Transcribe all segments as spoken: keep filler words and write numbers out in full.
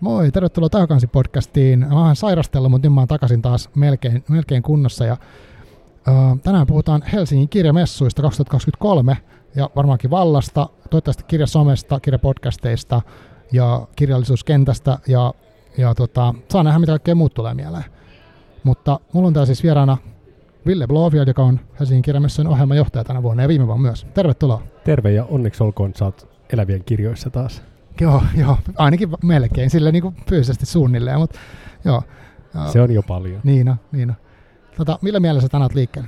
Moi, tervetuloa takaisin podcastiin. Mä oon sairastellut, mutta nyt mä oon takaisin taas melkein, melkein kunnossa. Ja, uh, tänään puhutaan Helsingin kirjamessuista kaksituhattakaksikymmentäkolme ja varmaankin Vallasta, toivottavasti kirjasomesta, kirjapodcasteista ja kirjallisuuskentästä. Ja, ja tota, saa nähdä, mitä kaikkea muut tulee mieleen. Mutta mulla on täällä siis vieraana Ville Blåfjell, joka on Helsingin kirjamessujen ohjelmanjohtaja tänä vuonna ja viime vuonna myös. Tervetuloa. Terve ja onneksi olkoon, että sä oot elävien kirjoissa taas. Joo, joo, ainakin melkein, sille niin kuin fyysisesti suunnilleen, mutta joo. Se on jo paljon. Niin on, niin on. Tota, millä mielessä tänään olet liikkeellä?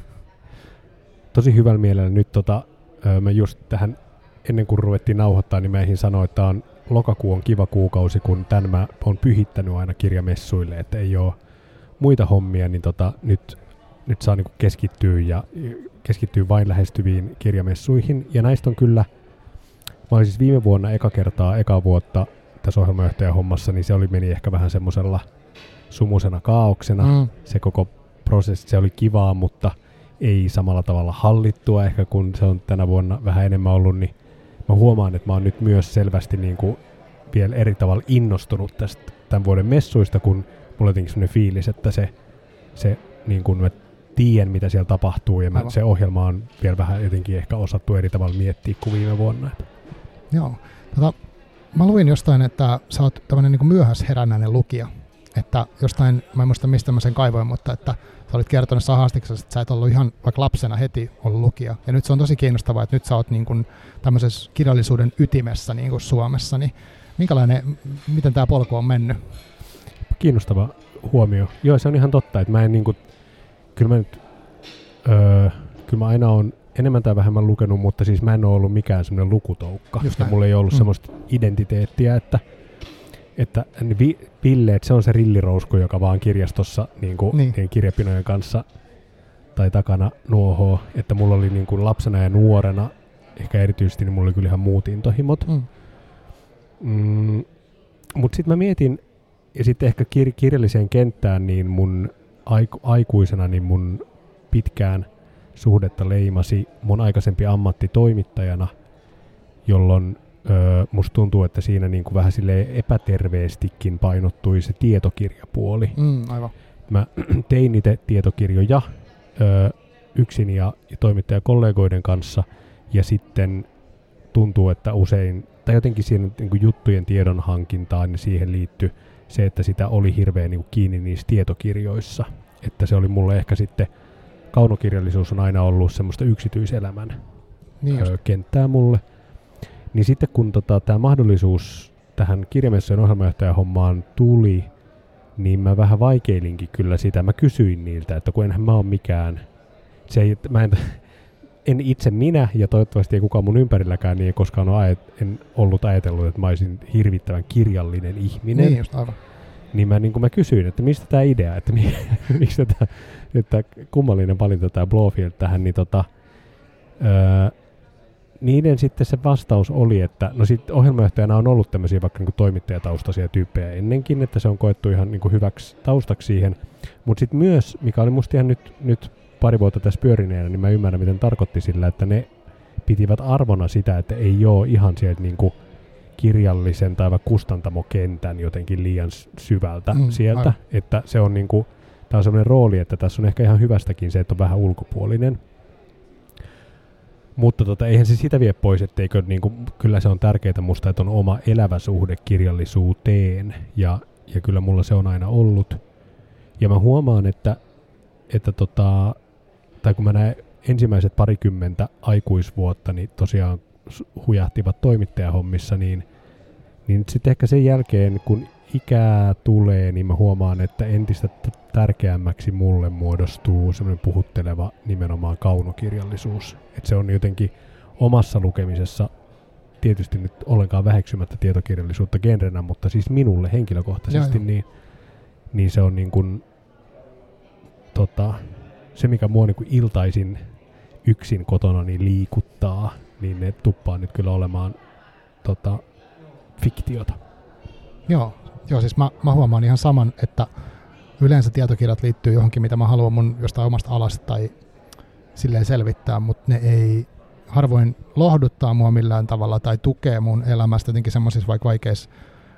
Tosi hyvällä mielellä nyt tota, mä just tähän ennen kuin ruvettiin nauhoittaa, niin mä eihin sanoa, että on, lokakuu on kiva kuukausi, kun tän mä oon pyhittänyt aina kirjamessuille, että ei oo muita hommia, niin tota, nyt, nyt saa niinku keskittyä ja keskittyä vain lähestyviin kirjamessuihin. Ja näistä on kyllä, mä olin siis viime vuonna eka kertaa, eka vuotta tässä ohjelmajohtajan hommassa, niin se oli meni ehkä vähän semmoisella sumusena kaauksena. Mm. Se koko prosessi, se oli kivaa, mutta ei samalla tavalla hallittua ehkä, kun se on tänä vuonna vähän enemmän ollut, niin mä huomaan, että mä oon nyt myös selvästi niin kuin vielä eri tavalla innostunut tästä tämän vuoden messuista, kun mulla on jotenkin semmoinen fiilis, että se, se niin kuin mä tiedän, mitä siellä tapahtuu, ja mä, se ohjelma on vielä vähän jotenkin ehkä osattu eri tavalla miettiä kuin viime vuonna. Joo. Tota, mä luin jostain, että sä oot tämmöinen niin kuin myöhäisherännäinen lukija. Että jostain, mä en muista mistä mä sen kaivoin, mutta että sä olit kertonut haastiksessa, että sä et ollut ihan vaikka lapsena heti ollut lukija. Ja nyt se on tosi kiinnostavaa, että nyt sä oot niin kuin tämmöisessä kirjallisuuden ytimessä niin kuin Suomessa. Niin minkälainen, miten tää polku on mennyt? Kiinnostava huomio. Joo, se on ihan totta, että mä en niin kuin, kyllä mä nyt, öö, kyllä mä aina on enemmän tai vähemmän lukenut, mutta siis mä en ole ollut mikään semmoinen lukutoukka. Ja mulla ei ollut mm. semmoista identiteettiä, että että vi, Ville, se on se rillirousku, joka vaan kirjastossa niin kuin, niin. Niin kirjapinojen kanssa tai takana nuohoo. Että mulla oli niin kuin lapsena ja nuorena, ehkä erityisesti, niin mulla oli kyllä ihan muut intohimot. Mm. Mm, mutta sitten mä mietin, ja sitten ehkä kir- kirjalliseen kenttään, niin mun aiku- aikuisena niin mun pitkään suhdetta leimasi mun aikaisempi ammatti toimittajana, jolloin Öö, musta tuntuu, että siinä niinku vähän silleen epäterveestikin painottui se tietokirjapuoli. Mm, aivan. Mä tein itse tietokirjoja öö, yksin ja, ja toimittajakollegoiden kanssa, ja sitten tuntuu, että usein, tai jotenkin siinä niinku juttujen tiedon hankintaan, niin siihen liittyi se, että sitä oli hirveän niinku kiinni niissä tietokirjoissa. Että se oli mulle ehkä sitten, kaunokirjallisuus on aina ollut semmoista yksityiselämän niin öö, kenttää mulle. Niin sitten kun tota, tämä mahdollisuus tähän kirjamessujen ohjelmajohtajan hommaan tuli, niin mä vähän vaikeilinkin kyllä sitä. Mä kysyin niiltä, että kun enhän mä ole mikään, se ei, mä en, en itse minä ja toivottavasti ei kukaan mun ympärilläkään, niin ei koskaan ole ajat, en ollut ajatellut, että mä olisin hirvittävän kirjallinen ihminen. Niin just aivan. Niin mä, niin kun mä kysyin, että mistä tämä idea, että, mi, mistä tää, että kummallinen valinta tämä Blåfjell tähän, niin tota... Öö, niiden sitten se vastaus oli, että no sitten ohjelmajohtajana on ollut tämmöisiä vaikka niinku toimittajataustaisia tyyppejä ennenkin, että se on koettu ihan niinku hyväksi taustaksi siihen. Mutta sitten myös, mikä oli musta ihan nyt, nyt pari vuotta tässä pyörineenä, niin mä ymmärrän, miten tarkoitti sillä, että ne pitivät arvona sitä, että ei ole ihan sieltä niinku kirjallisen tai vaikka kustantamokentän jotenkin liian syvältä mm, sieltä. Aivan. Että se on niinku, tää on semmoinen rooli, että tässä on ehkä ihan hyvästäkin se, että on vähän ulkopuolinen. Mutta tota, eihän se sitä vie pois, etteikö niinku, kyllä se on tärkeää musta, että on oma elävä suhde kirjallisuuteen, ja, ja kyllä mulla se on aina ollut. Ja mä huomaan, että, että tota, tai kun mä näen ensimmäiset parikymmentä aikuisvuotta, niin tosiaan hujahtivat toimittajahommissa, niin, niin sitten ehkä sen jälkeen, kun ikää tulee, niin mä huomaan, että entistä t- tärkeämmäksi mulle muodostuu semmoinen puhutteleva nimenomaan kaunokirjallisuus. Että se on jotenkin omassa lukemisessa, tietysti nyt ollenkaan väheksymättä tietokirjallisuutta genrenä, mutta siis minulle henkilökohtaisesti, niin, niin se on niin kuin, tota, se, mikä mua niin kuin iltaisin yksin kotona niin liikuttaa, niin ne tuppaa nyt kyllä olemaan tota, fiktiota. Joo. Joo, siis mä, mä huomaan ihan saman, että yleensä tietokirjat liittyy johonkin, mitä mä haluan mun jostain omasta alasta tai silleen selvittää, mutta ne ei harvoin lohduttaa mua millään tavalla tai tukee mun elämästä jotenkin semmoisissa vaikka vaikeissa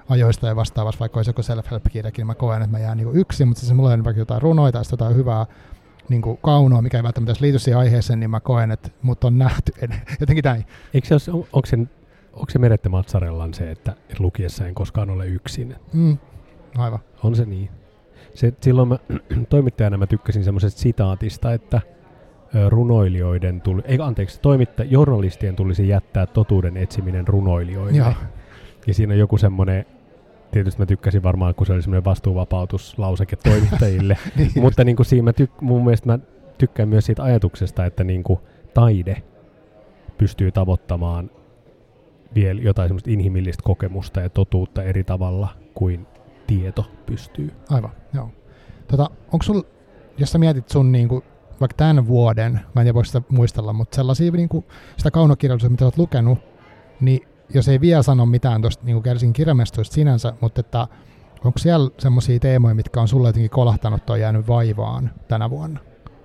ajoista ja vastaavassa, vaikka olisi joku self-help-kirjakin, niin mä koen, että mä jään niin yksin, mutta siis mulla on vaikka jotain runoja tai jotain hyvää niin kuin kaunoa, mikä ei välttämättä liity siihen aiheeseen, niin mä koen, että mut on nähty. Jotenkin näin. Eikö se ole, on, onko se, onko se Merette Matsarellan se, että lukiessa en koskaan ole yksin? Mm, aivan. On se niin. Se, silloin mä, toimittajana mä tykkäsin semmoisesta sitaatista, että ö, runoilijoiden tuli, ei anteeksi, toimittaja, journalistien tulisi jättää totuuden etsiminen runoilijoille. Ja, ja siinä on joku semmoinen, tietysti mä tykkäsin varmaan, kun se oli semmoinen vastuuvapautuslauseke toimittajille, niin mutta niin kuin siinä mä tyk, mun mielestä mä tykkään myös siitä ajatuksesta, että niin kuin taide pystyy tavoittamaan vielä jotain semmoista inhimillistä kokemusta ja totuutta eri tavalla kuin tieto pystyy. Aivan, joo. Tota, onko sul, jos sä mietit sun niinku, vaikka tämän vuoden, mä en tiedä voisi sitä muistella, mutta sellaisia niinku, sitä kaunokirjallisuutta, mitä olet lukenut, niin jos ei vielä sano mitään tuosta niinku Helsingin kirjamestoista sinänsä, mutta että onko siellä semmoisia teemoja, mitkä on sulle jotenkin kolahtanut tai jäänyt vaivaan tänä vuonna?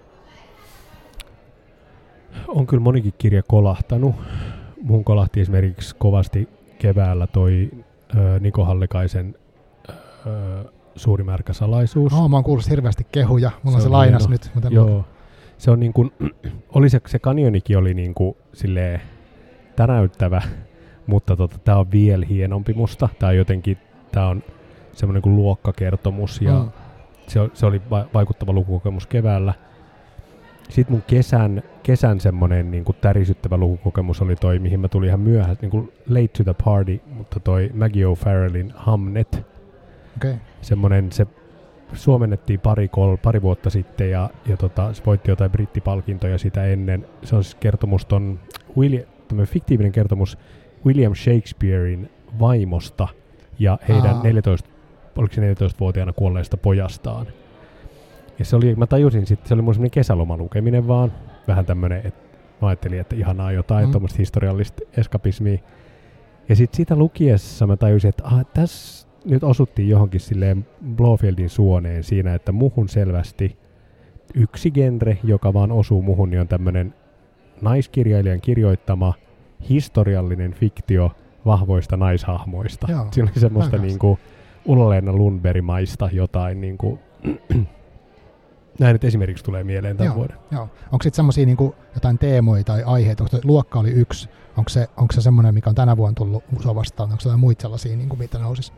On kyllä monikin kirja kolahtanut. Mun kolahti esimerkiksi kovasti keväällä toi ö, Niko Hallikaisen ö, Suuri märkä salaisuus. Oh, mä oon kuullut hirveästi kehuja. Mulla se on se lainas hieno. nyt. Mutta joo. luken. Se on niin kuin, oli se, se kanionikin oli niin kuin silleen tänäyttävä, mutta tota, tää on vielä hienompi musta. Tää on jotenkin, tää on semmoinen kuin luokkakertomus ja mm. se, se oli va- vaikuttava lukukokemus keväällä. Sitten mun kesän, kesän semmoinen niin kuin tärisyttävä lukukokemus oli toi, mihin mä tulin ihan myöhään, niin kuin late to the party, mutta toi Maggie O'Farrellin Hamnet. Okay. Semmoinen, se suomennettiin pari, kol, pari vuotta sitten ja, ja tota, se voitti jotain brittipalkintoja sitä ennen. Se on siis kertomus ton, William, fiktiivinen kertomus William Shakespearein vaimosta ja heidän Aa. neljätoista, oliko se neljätoistavuotiaana kuolleesta pojastaan. Ja se oli, mä tajusin sitten, se oli mun semmoinen kesälomalukeminen vaan, vähän tämmönen, että mä ajattelin, että ihanaa jotain, mm. tuommoista historiallista eskapismia. Ja sitten sitä lukiessa mä tajusin, että ah, tässä nyt osuttiin johonkin silleen Blofieldin suoneen siinä, että muhun selvästi yksi genre, joka vaan osuu muhun, niin on tämmönen naiskirjailijan kirjoittama historiallinen fiktio vahvoista naishahmoista. Joo, siinä oli semmoista niinku Ulla-Leena Lundberg-maista jotain niinku näin nyt esimerkiksi tulee mieleen tämän joo, vuoden. Joo. Onko sitten semmoisia niinku jotain teemoja tai aiheita? Onko luokka oli yksi? Onko se, onko se semmoinen, mikä on tänä vuonna tullut sua vastaan? Onko jotain muita sellaisia, niinku, mitä nousisi?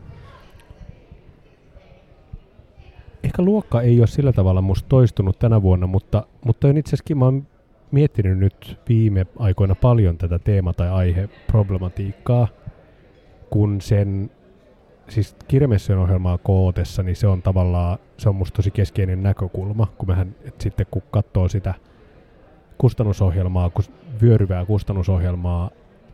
Ehkä luokka ei ole sillä tavalla musta toistunut tänä vuonna, mutta, mutta itse asiassa mä oon miettinyt nyt viime aikoina paljon tätä teema- tai aiheproblematiikkaa, kun sen siis kirjamessujen ohjelmaa kootessa, niin se on tavallaan, se on musta tosi keskeinen näkökulma, kun mehän et sitten kun katsoo sitä kustannusohjelmaa, kus, vyöryvää kustannusohjelmaa,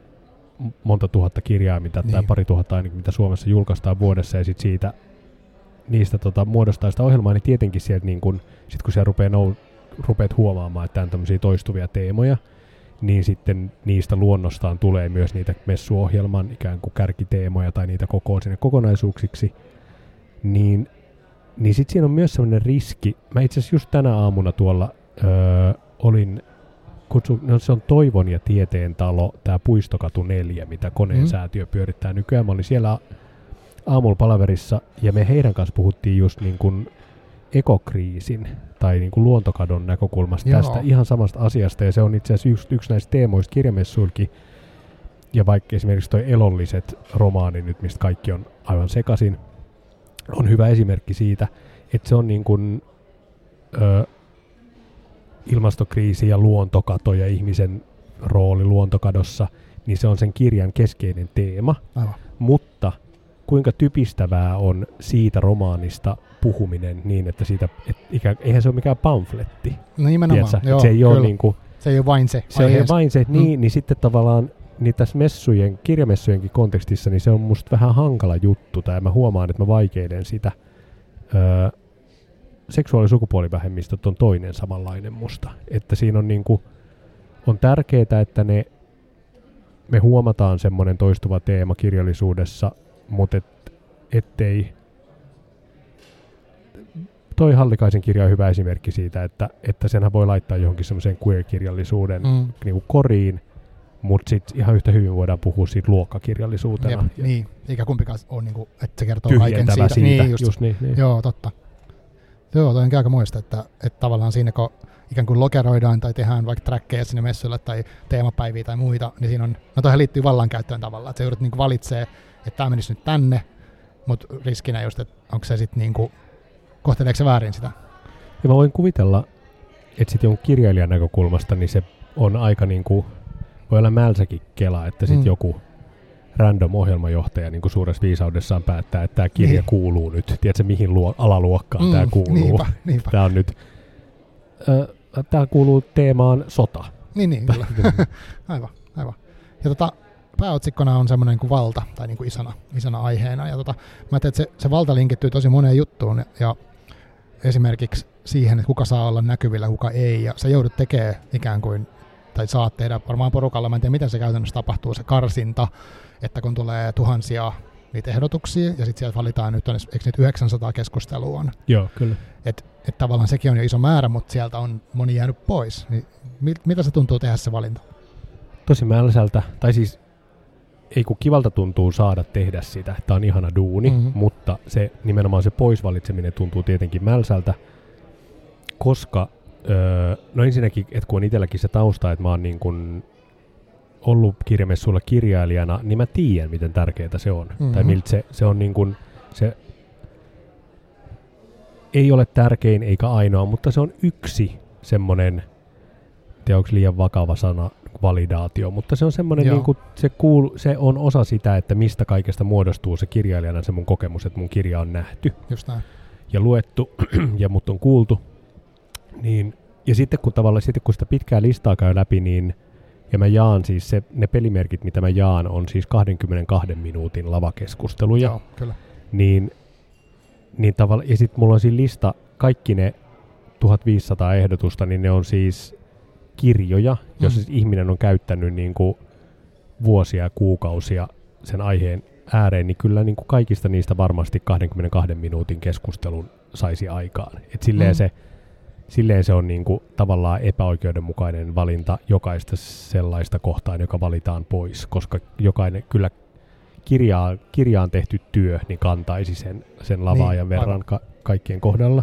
monta tuhatta kirjaa, mitä, niin. tai pari tuhatta ainakin, mitä Suomessa julkaistaan vuodessa, ja sitten siitä, niistä tota, muodostaa sitä ohjelmaa, niin tietenkin sieltä, niin kun, sit kun siellä rupeaa nou, rupeat huomaamaan, että on tämmöisiä toistuvia teemoja, niin sitten niistä luonnostaan tulee myös niitä messuohjelman ikään kuin kärkiteemoja tai niitä koko sinne kokonaisuuksiksi, niin, niin sitten siinä on myös sellainen riski. Mä itse asiassa just tänä aamuna tuolla öö, olin, kutsu, no se on Toivon ja tieteen talo, tää Puistokatu neljä, mitä Koneen mm. säätiö pyörittää nykyään. Mä olin siellä aamulla palaverissa ja me heidän kanssa puhuttiin just niin kuin ekokriisin tai niin kuin luontokadon näkökulmasta Joo. tästä ihan samasta asiasta, ja se on itse asiassa yksi, yksi näistä teemoista kirjamessuilkin, ja vaikka esimerkiksi toi Elolliset romaani nyt, mistä kaikki on aivan sekaisin, on hyvä esimerkki siitä, että se on niin kuin ö, ilmastokriisi ja luontokato ja ihmisen rooli luontokadossa, niin se on sen kirjan keskeinen teema, Aivan. mutta kuinka typistävää on siitä romaanista puhuminen niin, että siitä, et ikään, eihän se ole mikään pamfletti. No nimenomaan, joo, se ei ole niinku, se ei ole vain se. Se ei vain se, mm. niin, niin sitten tavallaan niin tässä messujen, kirjamessujenkin kontekstissa, niin se on musta vähän hankala juttu, tai mä huomaan, että mä vaikeilen sitä. Öö, seksuaali- ja sukupuolivähemmistöt on toinen samanlainen musta. Että siinä on niinku, on tärkeää, että ne, me huomataan semmoinen toistuva teema kirjallisuudessa, mutta et, ettei toi Hallikaisen kirja on hyvä esimerkki siitä, että, että senhän voi laittaa johonkin semmoiseen queer-kirjallisuuden mm. niin kuin koriin, Mutta sitten ihan yhtä hyvin voidaan puhua siitä luokkakirjallisuutena. Jep, niin, eikä kumpikaan ole, niinku, että se kertoo kaiken siitä. siitä. Niin, just, just niin, niin. Joo, totta. Joo, toi onkin aika muista, että, että tavallaan siinä kun ikään kuin lokeroidaan tai tehdään vaikka trackeja sinne messuille tai teemapäiviä tai muita, niin siinä on, no toihan liittyy vallankäyttöön tavallaan, että se joudut niinku valitsee, että tämä menisi nyt tänne, mutta riskinä just, että onko se sitten niinku, kohteleeko se väärin sitä? Ja mä voin kuvitella, että sitten jonkun kirjailijan näkökulmasta, niin se on aika niinku, voi olla mälsäkin kela, että sitten mm. joku random ohjelmajohtaja niin kuin suuressa viisaudessaan päättää, että tämä kirja niin. kuuluu nyt. Tiedätkö, mihin luo, alaluokkaan mm, tämä kuuluu? Niinpä, niinpä. Tämä on nyt, äh, tämä kuuluu teemaan sota. Niin, niin, kyllä. aivan, aivan. Ja tota, pääotsikkona on semmoinen niin kuin valta, tai niin kuin isona, isona aiheena. Ja tota, mä ajattelin, että se, se valta linkittyy tosi moneen juttuun, ja, ja esimerkiksi siihen, että kuka saa olla näkyvillä, kuka ei, ja sä joudut tekemään ikään kuin, tai saat tehdä varmaan porukalla, mä en tiedä, miten se käytännössä tapahtuu, se karsinta, että kun tulee tuhansia niitä ehdotuksia, ja sitten sieltä valitaan nyt, on, eikö nyt yhdeksänsataa keskustelua on? Joo, kyllä. Että et tavallaan sekin on jo iso määrä, mutta sieltä on moni jäänyt pois. Niin mit, mitä se tuntuu tehdä se valinta? Tosi mälsältä, tai siis ei kun kivalta tuntuu saada tehdä sitä, tämä on ihana duuni, mm-hmm. mutta se nimenomaan se poisvalitseminen tuntuu tietenkin mälsältä, koska öö, no ensinnäkin, että kun on itselläkin se tausta, että mä oon niin kuin ollut kirjamessuilla kirjailijana, niin mä tiedän, miten tärkeää se on. Mm-hmm. Tai miltä se, se on niin kuin, se ei ole tärkein eikä ainoa, mutta se on yksi semmoinen, tiedä onko liian vakava sana, validaatio, mutta se on semmoinen, niin kuin, se, kuul, se on osa sitä, että mistä kaikesta muodostuu se kirjailijana se mun kokemus, että mun kirja on nähty Just näin. ja luettu ja mut on kuultu. Niin, ja sitten kun tavallaan, sitten kun sitä pitkää listaa käy läpi, niin ja mä jaan siis se, ne pelimerkit, mitä mä jaan, on siis kaksikymmentäkaksi minuutin lavakeskusteluja. Joo, kyllä. Niin, niin tavalla, ja sitten mulla on siinä lista, kaikki ne tuhatviisisataa ehdotusta, niin ne on siis kirjoja, mm. jos siis ihminen on käyttänyt niin kuin vuosia ja kuukausia sen aiheen ääreen, niin kyllä niin kuin kaikista niistä varmasti kaksikymmentäkaksi minuutin keskustelun saisi aikaan. Et silleen, mm. se, silleen se on niin kuin tavallaan epäoikeudenmukainen valinta jokaista sellaista kohtaan, joka valitaan pois, koska jokainen kyllä kirjaa, kirjaan tehty työ niin kantaisi sen, sen lava-ajan niin, verran ka- kaikkien kohdalla.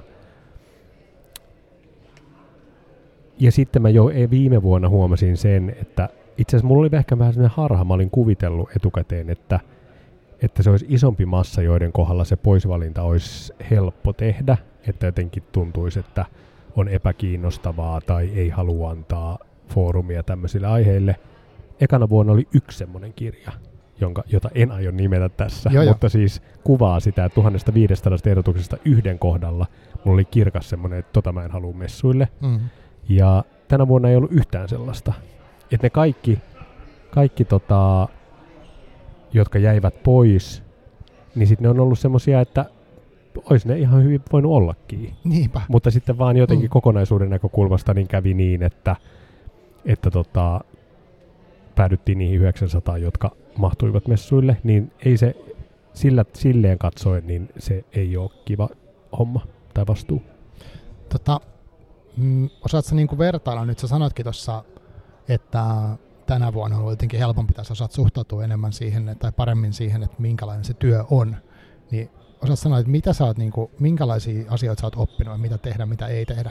Ja sitten mä jo viime vuonna huomasin sen, että itse asiassa mulla oli ehkä vähän sellainen harha, mä olin kuvitellut etukäteen, että, että se olisi isompi massa, joiden kohdalla se poisvalinta olisi helppo tehdä, että jotenkin tuntuisi, että on epäkiinnostavaa tai ei halua antaa foorumia tämmöisille aiheille. Ekana vuonna oli yksi semmoinen kirja, jonka, jota en aio nimetä tässä, joo, mutta jo. Siis kuvaa sitä, että tuhatviisisataa ehdotuksesta yhden kohdalla mulla oli kirkas semmoinen, että tota mä en halua messuille. Mm-hmm. Ja tänä vuonna ei ollut yhtään sellaista. Että ne kaikki, kaikki tota, jotka jäivät pois, niin sitten ne on ollut semmosia, että olisi ne ihan hyvin voinut ollakin. Niinpä. Mutta sitten vaan jotenkin mm. kokonaisuuden näkökulmasta niin kävi niin, että, että tota, päädyttiin niihin yhdeksänsataan, jotka mahtuivat messuille, niin ei se sillä, silleen katsoen, niin se ei ole kiva homma tai vastuu. Tota, mm, osaatko niinku vertailla, nyt sä sanoitkin tuossa, että tänä vuonna on ollut jotenkin helpompi, tässä osaat suhtautua enemmän siihen tai paremmin siihen, että minkälainen se työ on, niin osaat sanoa, että mitä sä oot, niinku, minkälaisia asioita sä oot oppinut ja mitä tehdä, mitä ei tehdä?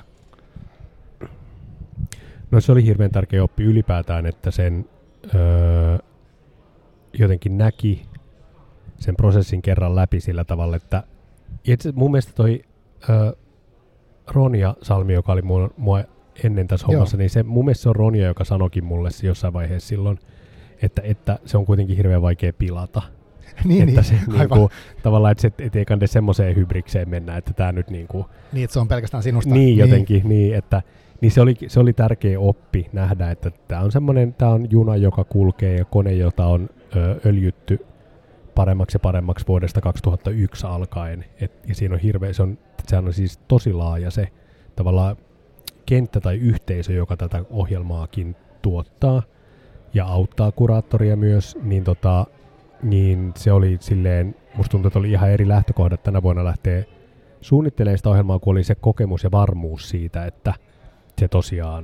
No se oli hirveän tärkeä oppi ylipäätään, että sen öö, jotenkin näki sen prosessin kerran läpi sillä tavalla, että itse, mun mielestä toi öö, Ronja Salmi, joka oli mua, mua ennen tässä hommassa, niin se, mun mielestä se on Ronja, joka sanoikin mulle jossain vaiheessa silloin, että, että se on kuitenkin hirveän vaikea pilata. niin, että niin, se, niinku, tavallaan, että se et ei kande semmoiseen hybrikseen mennä, että tämä nyt niinku niin, että se on pelkästään sinusta. Niin, jotenkin, niin, niin että niin se oli, se oli tärkeä oppi nähdä, että tämä on semmoinen, tämä on juna, joka kulkee ja kone, jota on ö, öljytty paremmaksi ja paremmaksi vuodesta kaksituhattayksi alkaen. Et, ja siinä on hirveä, se on, sehän on siis tosi laaja se tavallaan kenttä tai yhteisö, joka tätä ohjelmaakin tuottaa ja auttaa kuraattoria myös, niin, tota, niin se oli silleen, musta tuntuu, että oli ihan eri lähtökohdat tänä vuonna lähtee suunnittelemaan sitä ohjelmaa, kun oli se kokemus ja varmuus siitä, että se tosiaan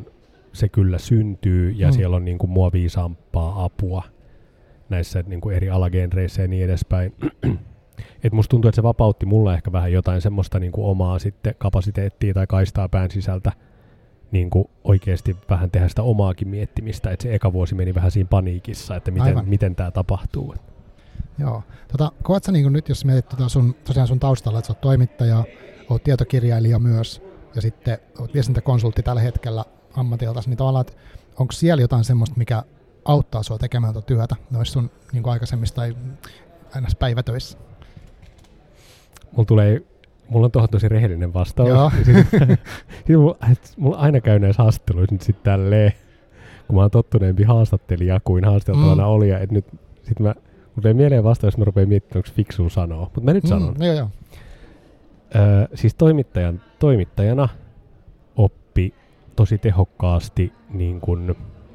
se kyllä syntyy ja Mm. siellä on niin kuin mua viisaampaa apua näissä niin kuin eri alagenreissä ja niin edespäin. Et musta tuntuu, että se vapautti mulle ehkä vähän jotain semmoista niin kuin omaa sitten kapasiteettia tai kaistaa pään sisältä niin kuin oikeasti vähän tehdä sitä omaakin miettimistä. Että se eka vuosi meni vähän siinä paniikissa, että miten, miten tämä tapahtuu. Joo. Tota, koet sä niin nyt, jos mietit tota sun, tosiaan sun taustalla, että sä oot toimittaja, oot tietokirjailija myös ja sitten oot viestintäkonsultti tällä hetkellä ammatiltasi, niin tavallaan, että onko siellä jotain semmoista, mikä auttaa sua tekemään tuota työtä noissa sun niin kuin aikaisemmissa tai aina päivätöissä? Mulla tulee, mulla on tuohon tosi rehellinen vastaus. Joo. Siis mulla, mulla aina käy näissä haastatteluissa nyt sitten tälleen, kun mä oon tottuneempi haastattelija kuin haasteltavana mm. olija, että nyt sit mä, mulla ei mieleen vastaus, mä rupean miettimään, onko fiksua sanoa, mutta mä nyt mm, sanon. Joo, joo. Öö, siis toimittajan, toimittajana oppi tosi tehokkaasti niin kun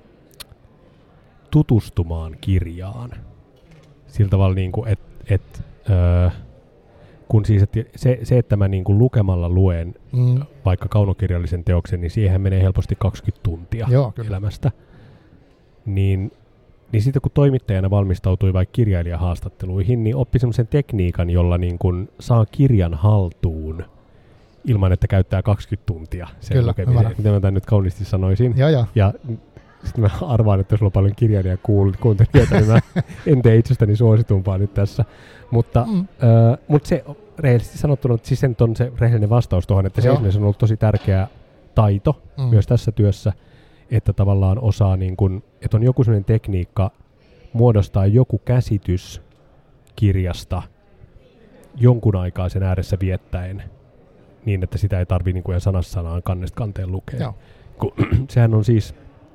tutustumaan kirjaan. Sillä tavalla, niin kuin, että et, öö, kun siis, et se, se, että mä niin kuin lukemalla luen mm. vaikka kaunokirjallisen teoksen, niin siihen menee helposti kaksikymmentä tuntia Joo, elämästä. Niin, niin sitten kun toimittajana valmistautui vaikka kirjailijahaastatteluihin, niin oppi semmoisen tekniikan, jolla niin kuin saa kirjan haltuun ilman, että käyttää kaksikymmentä tuntia sen lukemiseen. Miten mä tämän nyt kauniisti sanoisin. Ja, ja. ja sitten mä arvaan, että jos sulla on paljon kirjailijakuuntelijoita, niin mä en tee itsestäni suositumpaa nyt tässä. Mutta, mm. äh, mutta se rehellisesti sanottuna, että siis sen on se rehellinen vastaus tuohon, että se esimerkiksi on ollut tosi tärkeä taito mm. myös tässä työssä, että tavallaan osaa, niin kun, että on joku sellainen tekniikka muodostaa joku käsitys kirjasta jonkun aikaa sen ääressä viettäen, niin että sitä ei tarvitse niin kuin sanasta sanaan kannesta kanteen lukea. Kun, sehän on siis,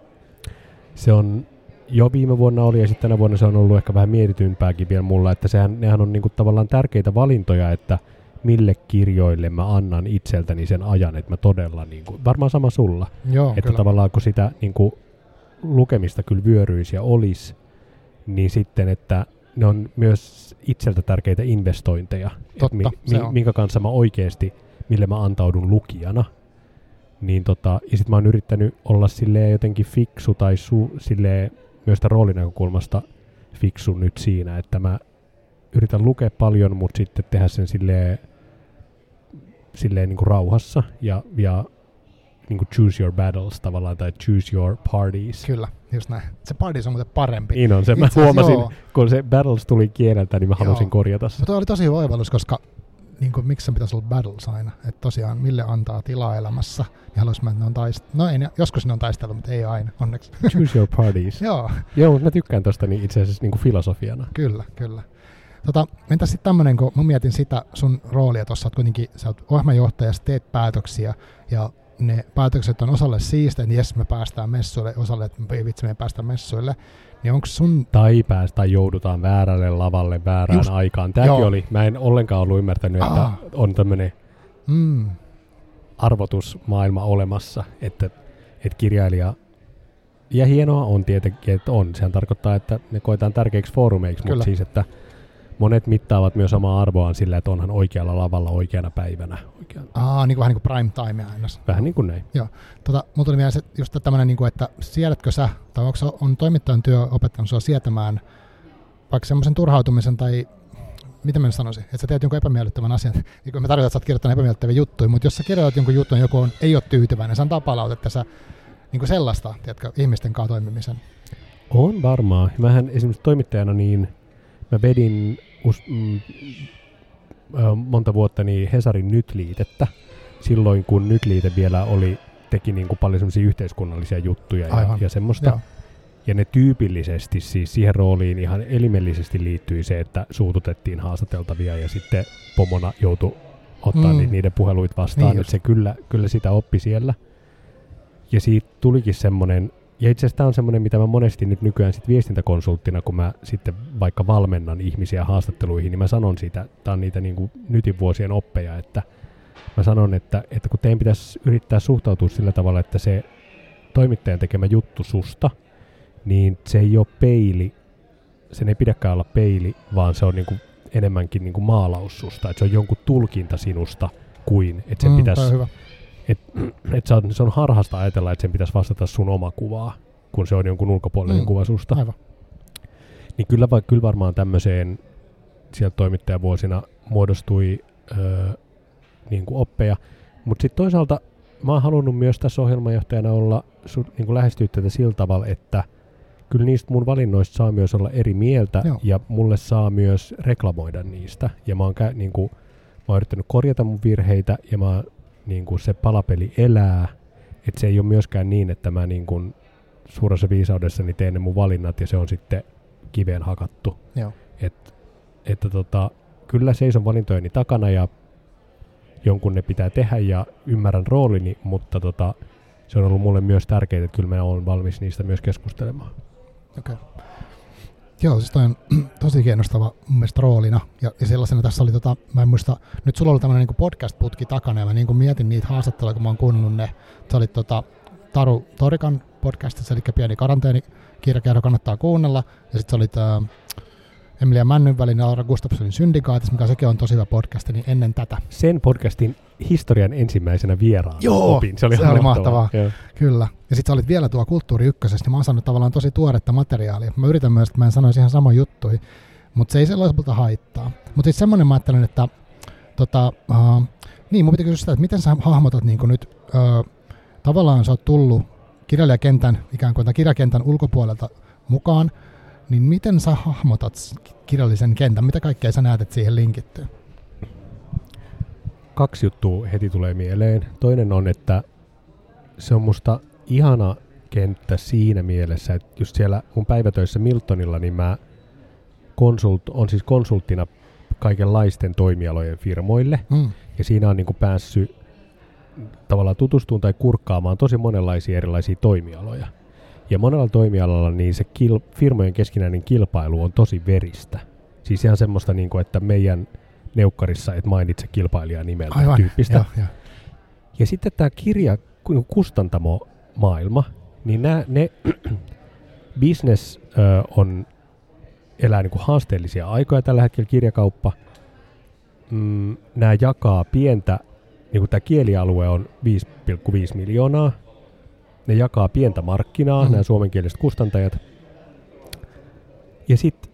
se on jo viime vuonna oli ja sitten tänä vuonna se on ollut ehkä vähän mietitympääkin vielä mulla, että sehän, nehän on niin kuin tavallaan tärkeitä valintoja, että mille kirjoille mä annan itseltäni sen ajan, että mä todella, niin kuin, varmaan sama sulla, Joo, että kyllä. tavallaan kun sitä niin kuin, lukemista kyllä vyöryisi ja olisi, niin sitten, että ne on myös itseltä tärkeitä investointeja, Totta, mi, mi, minkä kanssa mä oikeasti, mille mä antaudun lukijana. Niin tota, ja sit mä oon yrittänyt olla silleen jotenkin fiksu tai su, silleen myös tämän roolinäkökulmasta fiksu nyt siinä, että mä yritän lukea paljon, mutta sitten tehdä sen silleen, silleen niin kuin rauhassa ja, ja niin kuin choose your battles tavallaan, tai choose your parties. Kyllä, just näin. Se parties on muuten parempi. Niin on se. Mä Itse huomasin, joo. kun se battles tuli kieleltä, niin mä joo. halusin korjata sen. Mutta oli tosi hyvä oivallus, koska niin kuin, miksi sen pitäisi olla battles aina? Että tosiaan, mille antaa tilaa elämässä, niin haluaisin mä, että ne on taistelu. No ei, ne, joskus ne on taistelu, mutta ei aina, onneksi. Choose your parties. Joo. Joo, mutta mä tykkään tosta niin itse asiassa niin kuin filosofiana. Kyllä, kyllä. Tota, entäs sitten tämmöinen, kun mä mietin sitä sun roolia tuossa, että kuitenkin sä oot ohjelmanjohtaja, sä teet päätöksiä, ja ne päätökset on osalle siistä, että jes, me päästään messuille, osalle, että vitsi, me ei päästä messuille. Niin onko sun... Tai päästä, tai joudutaan väärälle lavalle väärään Just, aikaan. Tämäkin joo. oli, mä en ollenkaan ollut ymmärtänyt, että ah. on tämmöinen mm. arvotusmaailma olemassa, että, että kirjailija, ja hienoa on tietenkin, että on. Sehän tarkoittaa, että ne koetaan tärkeiksi foorumeiksi, mutta siis, että monet mittaavat myös omaa arvoaan sillä, että onhan oikealla lavalla oikeana päivänä. Oikeana. Aa, niin kuin, vähän niin kuin prime time aina. Vähän niin kuin näin. Joo. Tota, mulla tuli mieleen just tämmöinen, niin kuin, että siedätkö sä, tai onko on toimittajan työ opettanut sua sietämään vaikka semmoisen turhautumisen, tai miten mä sanoisin, että sä teet jonkun epämiellyttävän asian. Niin kuin mä tarkoitan, että sä oot kirjoittanut epämiellyttäviä juttuja, mutta jos sä kirjoitat jonkun jutun, joku on, ei ole tyytyväinen, se antaa palautetta, sä niin kuin sellaista, tiedätkö, ihmisten kanssa toimimisen. On varmaan. Mähän esimerkiksi toimittajana niin mä vedin us, mm, monta vuotta niin Hesarin Nyt-liitettä, silloin kun Nyt-liite vielä oli, teki niin kuin paljon semmoisia yhteiskunnallisia juttuja ja, ja semmoista. Joo. Ja ne tyypillisesti siis siihen rooliin ihan elimellisesti liittyi se, että suututettiin haastateltavia ja sitten pomona joutui ottaa mm. niiden puheluita vastaan, niin että se kyllä, kyllä sitä oppi siellä. Ja siitä tulikin semmoinen, ja itse asiassa tämä on semmoinen, mitä mä monesti nyt nykyään sit viestintäkonsulttina, kun mä sitten vaikka valmennan ihmisiä haastatteluihin, niin mä sanon siitä, tämä on niitä niin kuin nytin vuosien oppeja, että mä sanon, että, että kun teidän pitäisi yrittää suhtautua sillä tavalla, että se toimittajan tekemä juttu susta, niin se ei ole peili, sen ei pidäkään olla peili, vaan se on niin kuin enemmänkin niin kuin maalaus susta, että se on jonkun tulkinta sinusta kuin, että sen mm, pitäisi, Et, et sä, se on harhasta ajatella, että sen pitäisi vastata sun oma kuvaa, kun se on jonkun ulkopuolinen mm. kuva susta. Aivan. Niin kyllä, va, kyllä varmaan tämmöiseen sieltä toimittajavuosina muodostui öö, niin kuin oppeja. Mutta sitten toisaalta mä oon halunnut myös tässä ohjelmanjohtajana olla niin lähestyä tätä sillä tavalla, että kyllä niistä mun valinnoista saa myös olla eri mieltä. Joo. Ja mulle saa myös reklamoida niistä. Ja mä oon, kä- niin kuin, mä oon yrittänyt korjata mun virheitä ja mä oon, niin kuin se palapeli elää. Että se ei ole myöskään niin, että mä niin kuin suurassa viisaudessani teen ne mun valinnat ja se on sitten kiveen hakattu. Joo. Et, että tota, kyllä seison valintojeni takana ja jonkun ne pitää tehdä ja ymmärrän roolini, mutta tota, se on ollut mulle myös tärkeää, että kyllä mä oon valmis niistä myös keskustelemaan. Okei. Okay. Joo, siis toi on tosi kiinnostava mun mielestä roolina. Ja, ja sellaisena tässä oli, tota, mä en muista, nyt sulla oli tämmöinen niin podcast-putki takana, ja mä niin mietin niitä haastatteluja, kun mä oon kuunnellut ne. Sä olit tota, Taru Torikan podcastissa, eli pieni karanteenikirjakerho kannattaa kuunnella. Ja sitten sä olit äh, Emilia Männynvälin ja Laura Gustafssonin Syndikaatissa, mikä sekin on tosi hyvä podcast, niin ennen tätä. Sen podcastin historian ensimmäisenä vieraan Joo, opin. Se oli, se oli mahtavaa. Joo. Kyllä. Ja sitten sä olit vielä tuo Kulttuuri Ykkösessä, niin mä oon saanut tavallaan tosi tuoretta materiaalia. Mä yritän myös, että mä en sanoisi ihan sama juttui, mutta se ei sellaista haittaa. Mutta sitten semmoinen mä ajattelen, että tota, uh, niin, mun pitää kysyä sitä, että miten sä hahmotat niin nyt, uh, tavallaan sä oot tullut kirjailijakentän, ikään kuin kirjakentän ulkopuolelta mukaan, niin miten sä hahmotat kirjallisen kentän? Mitä kaikkea sä näet, että siihen linkittyy? Kaksi juttua heti tulee mieleen. Toinen on, että se on musta ihana kenttä siinä mielessä, että just siellä mun päivätöissä Miltonilla, niin mä konsult, on siis konsulttina kaikenlaisten toimialojen firmoille. Mm. Ja siinä on niin kuin päässyt tavallaan tutustumaan tai kurkkaamaan tosi monenlaisia erilaisia toimialoja. Ja monella toimialalla niin se kil- firmojen keskinäinen kilpailu on tosi veristä. Siis ihan semmoista, niin kuin, että meidän neukkarissa et mainitse kilpailijaa nimellä Aivan, tyyppistä. Jo, jo. Ja sitten tämä kirja, kustantamo-maailma, niin nää, ne business ö, on, elää niin kuin haasteellisia aikoja tällä hetkellä kirjakauppa. Mm, nämä jakaa pientä, niin kuin tämä kielialue on viisi pilkku viisi miljoonaa. Ne jakaa pientä markkinaa, mm-hmm. nämä suomenkieliset kustantajat. Ja sitten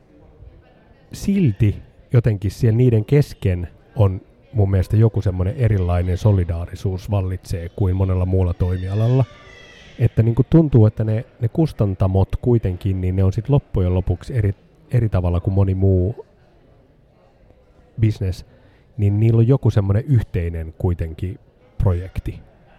silti jotenkin siellä niiden kesken on mun mielestä joku semmoinen erilainen solidaarisuus vallitsee kuin monella muulla toimialalla. Että niin kuin tuntuu, että ne, ne kustantamot kuitenkin, niin ne on sitten loppujen lopuksi eri, eri tavalla kuin moni muu business, niin niillä on joku semmoinen yhteinen kuitenkin projekti.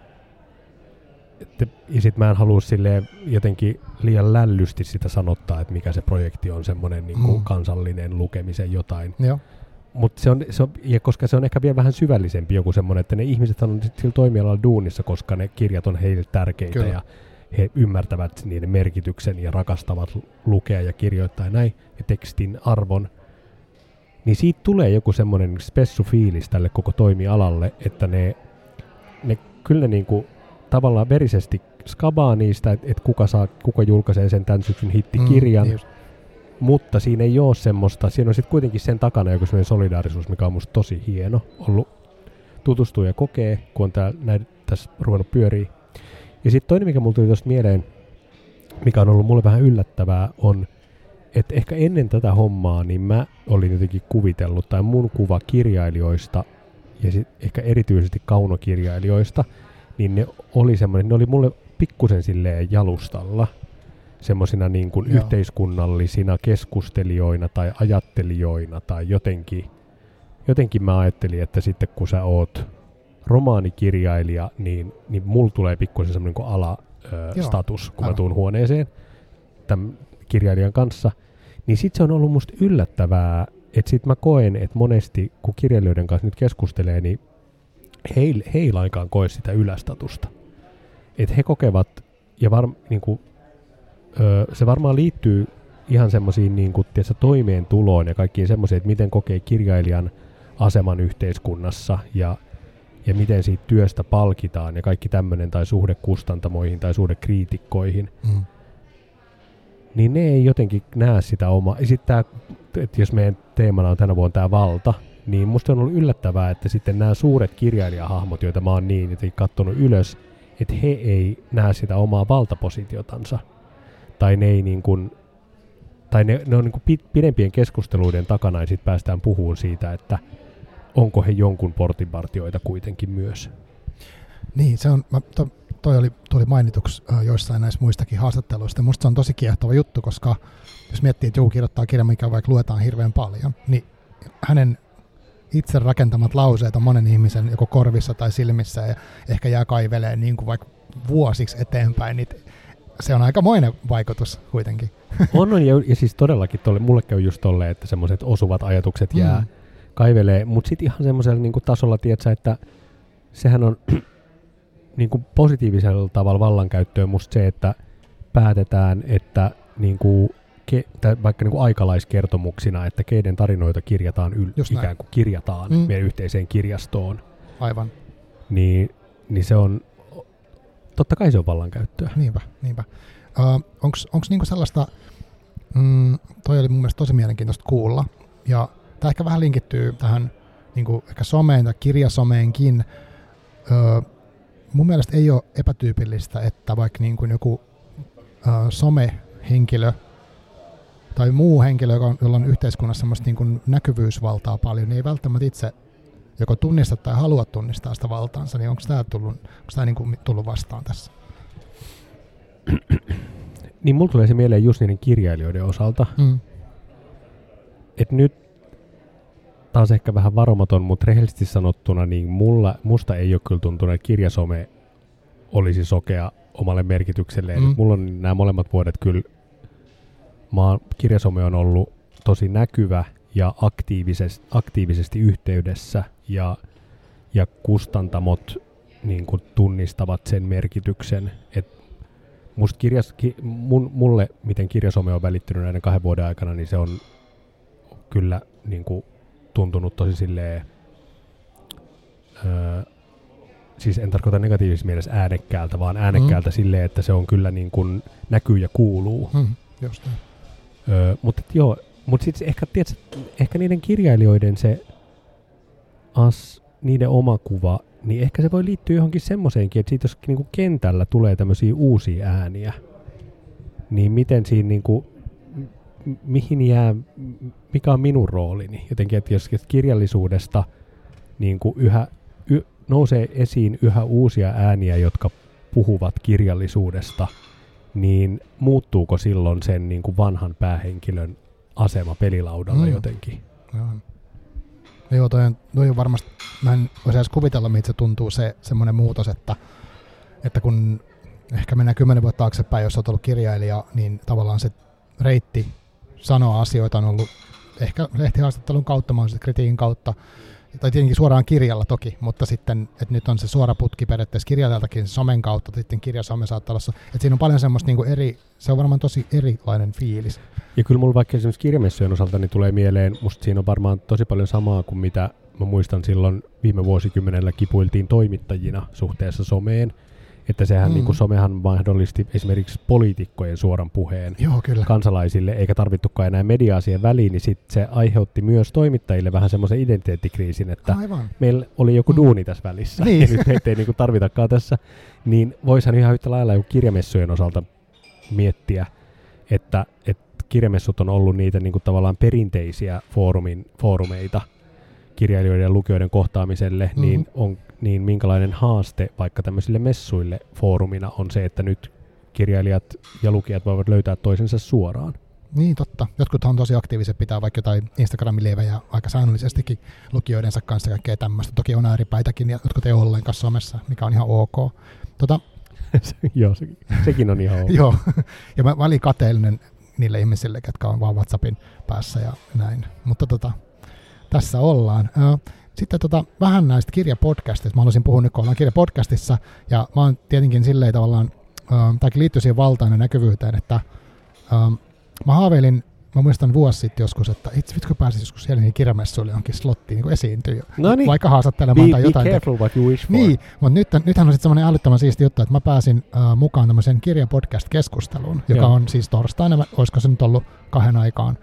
Että, ja sitten mä en halua silleen jotenkin liian lällysti sitä sanottaa, että mikä se projekti on, semmoinen niin kuin mm. kansallinen lukemisen jotain. Joo. Mutta se on, se on, ja koska se on ehkä vielä vähän syvällisempi joku semmoinen, että ne ihmiset on sillä toimialalla duunissa, koska ne kirjat on heille tärkeitä. Kyllä. Ja he ymmärtävät niiden merkityksen ja rakastavat lukea ja kirjoittaa ja näin, ja tekstin arvon. Niin siitä tulee joku semmoinen spessu fiilis tälle koko toimialalle, että ne, ne kyllä ne niinku tavallaan verisesti skabaa niistä, että et kuka, saa, kuka julkaisee sen tämän syksyn hittikirjan. Mm, mutta siinä ei ole semmoista, siinä on sitten kuitenkin sen takana joku semmoinen solidaarisuus, mikä on musta tosi hieno ollut tutustua ja kokee, kun on tää, näin, tässä ruvennut pyörii. Ja sitten toinen, mikä mulla tuli tuosta mieleen, mikä on ollut mulle vähän yllättävää, on, että ehkä ennen tätä hommaa, niin mä olin jotenkin kuvitellut, tai mun kuva kirjailijoista, ja sit ehkä erityisesti kaunokirjailijoista, niin ne oli semmoinen, ne oli mulle pikkusen silleen jalustalla, semmoisina niin kuin yhteiskunnallisina keskustelijoina tai ajattelijoina tai jotenkin, jotenkin mä ajattelin, että sitten kun sä oot romaanikirjailija, niin, niin mulla tulee pikkusen semmoinen kuin ala-status, kun Joo. mä tuun huoneeseen tämän kirjailijan kanssa. Niin sit se on ollut musta yllättävää, että sit mä koen, että monesti kun kirjailijoiden kanssa nyt keskustelee, niin he, he ei lainkaan koe sitä ylästatusta. Että he kokevat, ja var, niin kuin, öö, se varmaan liittyy ihan semmoisiin niin kuin, tiedätkö, toimeentuloon ja kaikkiin semmoisiin, että miten kokee kirjailijan aseman yhteiskunnassa ja, ja miten siitä työstä palkitaan ja kaikki tämmöinen tai suhde kustantamoihin tai suhde kriitikkoihin. Mm. Niin ne ei jotenkin näe sitä omaa. Ja sitten tämä, että jos meidän teemana on tänä vuonna tämä valta, niin musta on ollut yllättävää, että sitten nämä suuret kirjailijahahmot, joita mä oon niin jotenkin katsonut ylös, että he ei näe sitä omaa valtapositiotansa. Tai ne ei niin kuin, tai ne, ne on niin kuin pidempien keskusteluiden takana ja sitten päästään puhumaan siitä, että onko he jonkun portinvartijoita kuitenkin myös. Niin, se on, mä, to, toi oli, tuli mainituksi äh, joissain näissä muistakin haastatteluista. Musta se on tosi kiehtova juttu, koska jos miettii, että joku kirjoittaa kirjan, mikä vaikka luetaan hirveän paljon, niin hänen itse rakentamat lauseet on monen ihmisen joko korvissa tai silmissä ja ehkä jää kaiveleen niin kuin vaikka vuosiksi eteenpäin, niin se on aikamoinen vaikutus kuitenkin. On, on ja, ja siis todellakin tolle, mulle käy just tolleen, että semmoiset osuvat ajatukset jää mm. kaivelee, mutta sitten ihan semmoisella niin kuin tasolla, tiedätkö, että sehän on niin kuin positiivisella tavalla vallankäyttöön musta se, että päätetään, että niin kuin Ke, vaikka niin kuin aikalaiskertomuksina, että keiden tarinoita kirjataan yl- ikään kuin kirjataan mm. meidän yhteiseen kirjastoon. Aivan. Niin, niin se on, totta kai se on vallankäyttöä. Niinpä, niinpä. Uh, onko niinku sellaista, mm, toi oli mun mielestä tosi mielenkiintoista kuulla, ja tämä ehkä vähän linkittyy tähän niinku ehkä someen tai kirjasomeenkin. Uh, mun mielestä ei ole epätyypillistä, että vaikka niinku joku uh, somehenkilö tai muu henkilö, jolla on yhteiskunnassa semmoista niin kuin näkyvyysvaltaa paljon, niin ei välttämättä itse joko tunnista tai halua tunnistaa sitä valtaansa, niin onko tämä tullut, onko tämä niin kuin tullut vastaan tässä? Niin mulla tulee se mieleen just niiden kirjailijoiden osalta, mm. että nyt taas ehkä vähän varomaton, mutta rehellisesti sanottuna, niin mulla, musta ei ole kyllä tuntunut, että kirjasome olisi sokea omalle merkitykselleen. Mm. Mulla on nämä molemmat vuodet kyllä, Maan kirjasome on ollut tosi näkyvä ja aktiivisesti, aktiivisesti yhteydessä ja, ja kustantamot niin kuin tunnistavat sen merkityksen. Et musta kirjas, ki, mun, mulle, miten kirjasome on välittynyt näiden kahden vuoden aikana, niin se on kyllä niin kuin tuntunut tosi silleen, öö, siis en tarkoita negatiivisessa mielessä äänekkäältä, vaan äänekkäältä mm. silleen, että se on kyllä niin kuin näkyy ja kuuluu. Mm, just niin. Öö, mutta joo, mut sitten ehkä, tiedätkö, ehkä niiden kirjailijoiden se as, niiden oma kuva, niin ehkä se voi liittyä johonkin semmoiseenkin, että siitä jos niinku kentällä tulee tämmöisiä uusia ääniä, niin miten siinä niinku, mihin jää, mikä on minun roolini? Jotenkin, että jos kirjallisuudesta niinku yhä, y, nousee esiin yhä uusia ääniä, jotka puhuvat kirjallisuudesta, niin muuttuuko silloin sen niin kuin vanhan päähenkilön asema pelilaudalla mm. jotenkin? Joo, Joo toi, on, toi on varmasti, mä en osaa edes kuvitella, miltä se tuntuu se semmoinen muutos, että, että kun ehkä mennään kymmenen vuotta taaksepäin, jos olet ollut kirjailija, niin tavallaan se reitti sanoa asioita on ollut ehkä lehtihaastattelun kautta, mahdollisesti kritiikin kautta, tai tietenkin suoraan kirjalla toki, mutta sitten, että nyt on se suora putki periaatteessa kirjailijaltakin somen kautta, sitten kirjasome saattaa olla, että siinä on paljon semmoista niin kuin eri, se on varmaan tosi erilainen fiilis. Ja kyllä mulla vaikka esimerkiksi kirjamessujen osalta niin tulee mieleen, musta siinä on varmaan tosi paljon samaa kuin mitä mä muistan silloin viime vuosikymmenellä kipuiltiin toimittajina suhteessa someen, että sehän mm. niin kuin somehan mahdollisti esimerkiksi poliitikkojen suoran puheen Joo, kyllä. kansalaisille, eikä tarvittukaan enää mediaa siihen väliin, niin sitten se aiheutti myös toimittajille vähän semmoisen identiteettikriisin, että Aivan. meillä oli joku duuni tässä välissä, niin. ja nyt meitä ei niin kuin tarvitakaan tässä, niin voisihan ihan yhtä lailla joku kirjamessujen osalta miettiä, että, että kirjamessut on ollut niitä niin kuin tavallaan perinteisiä foorumin, foorumeita kirjailijoiden ja lukijoiden kohtaamiselle, mm-hmm. niin on niin minkälainen haaste vaikka tämmöisille messuille foorumina on se, että nyt kirjailijat ja lukijat voivat löytää toisensa suoraan. Niin, totta. Jotkuthan on tosi aktiiviset, pitää vaikka jotain Instagram-liivejä aika säännöllisestikin lukijoidensa kanssa kaikkea tämmöistä. Toki on ääripäitäkin, ja jotkut ei ole ollenkaan somessa, mikä on ihan ok. Tota, Joo, se, sekin on ihan ok. Joo, ja mä olin kateellinen niille ihmisille, jotka on vaan WhatsAppin päässä ja näin. Mutta tota, tässä ollaan. Sitten tota, vähän näistä kirjapodcastista. Mä haluaisin puhua nyt, kun ollaan kirjapodcastissa, ja mä oon tietenkin silleen tavallaan, äh, tämäkin liittyy siihen valtaan ja näkyvyyteen, että äh, mä haaveilin, mä muistan vuosi sitten joskus, että itse vitsi kun pääsis joskus Helsingin kirjamessuille johonkin slottiin niin esiintyy, Noniin. vaikka haastattelemaan be, tai jotain. Be careful what you wish for. Niin, mutta nyt, nythän on sitten semmoinen älyttömän siisti juttu, että mä pääsin äh, mukaan tämmöiseen kirjapodcast-keskusteluun, joka Joo. on siis torstaina, olisiko se nyt ollut kahden aikaan.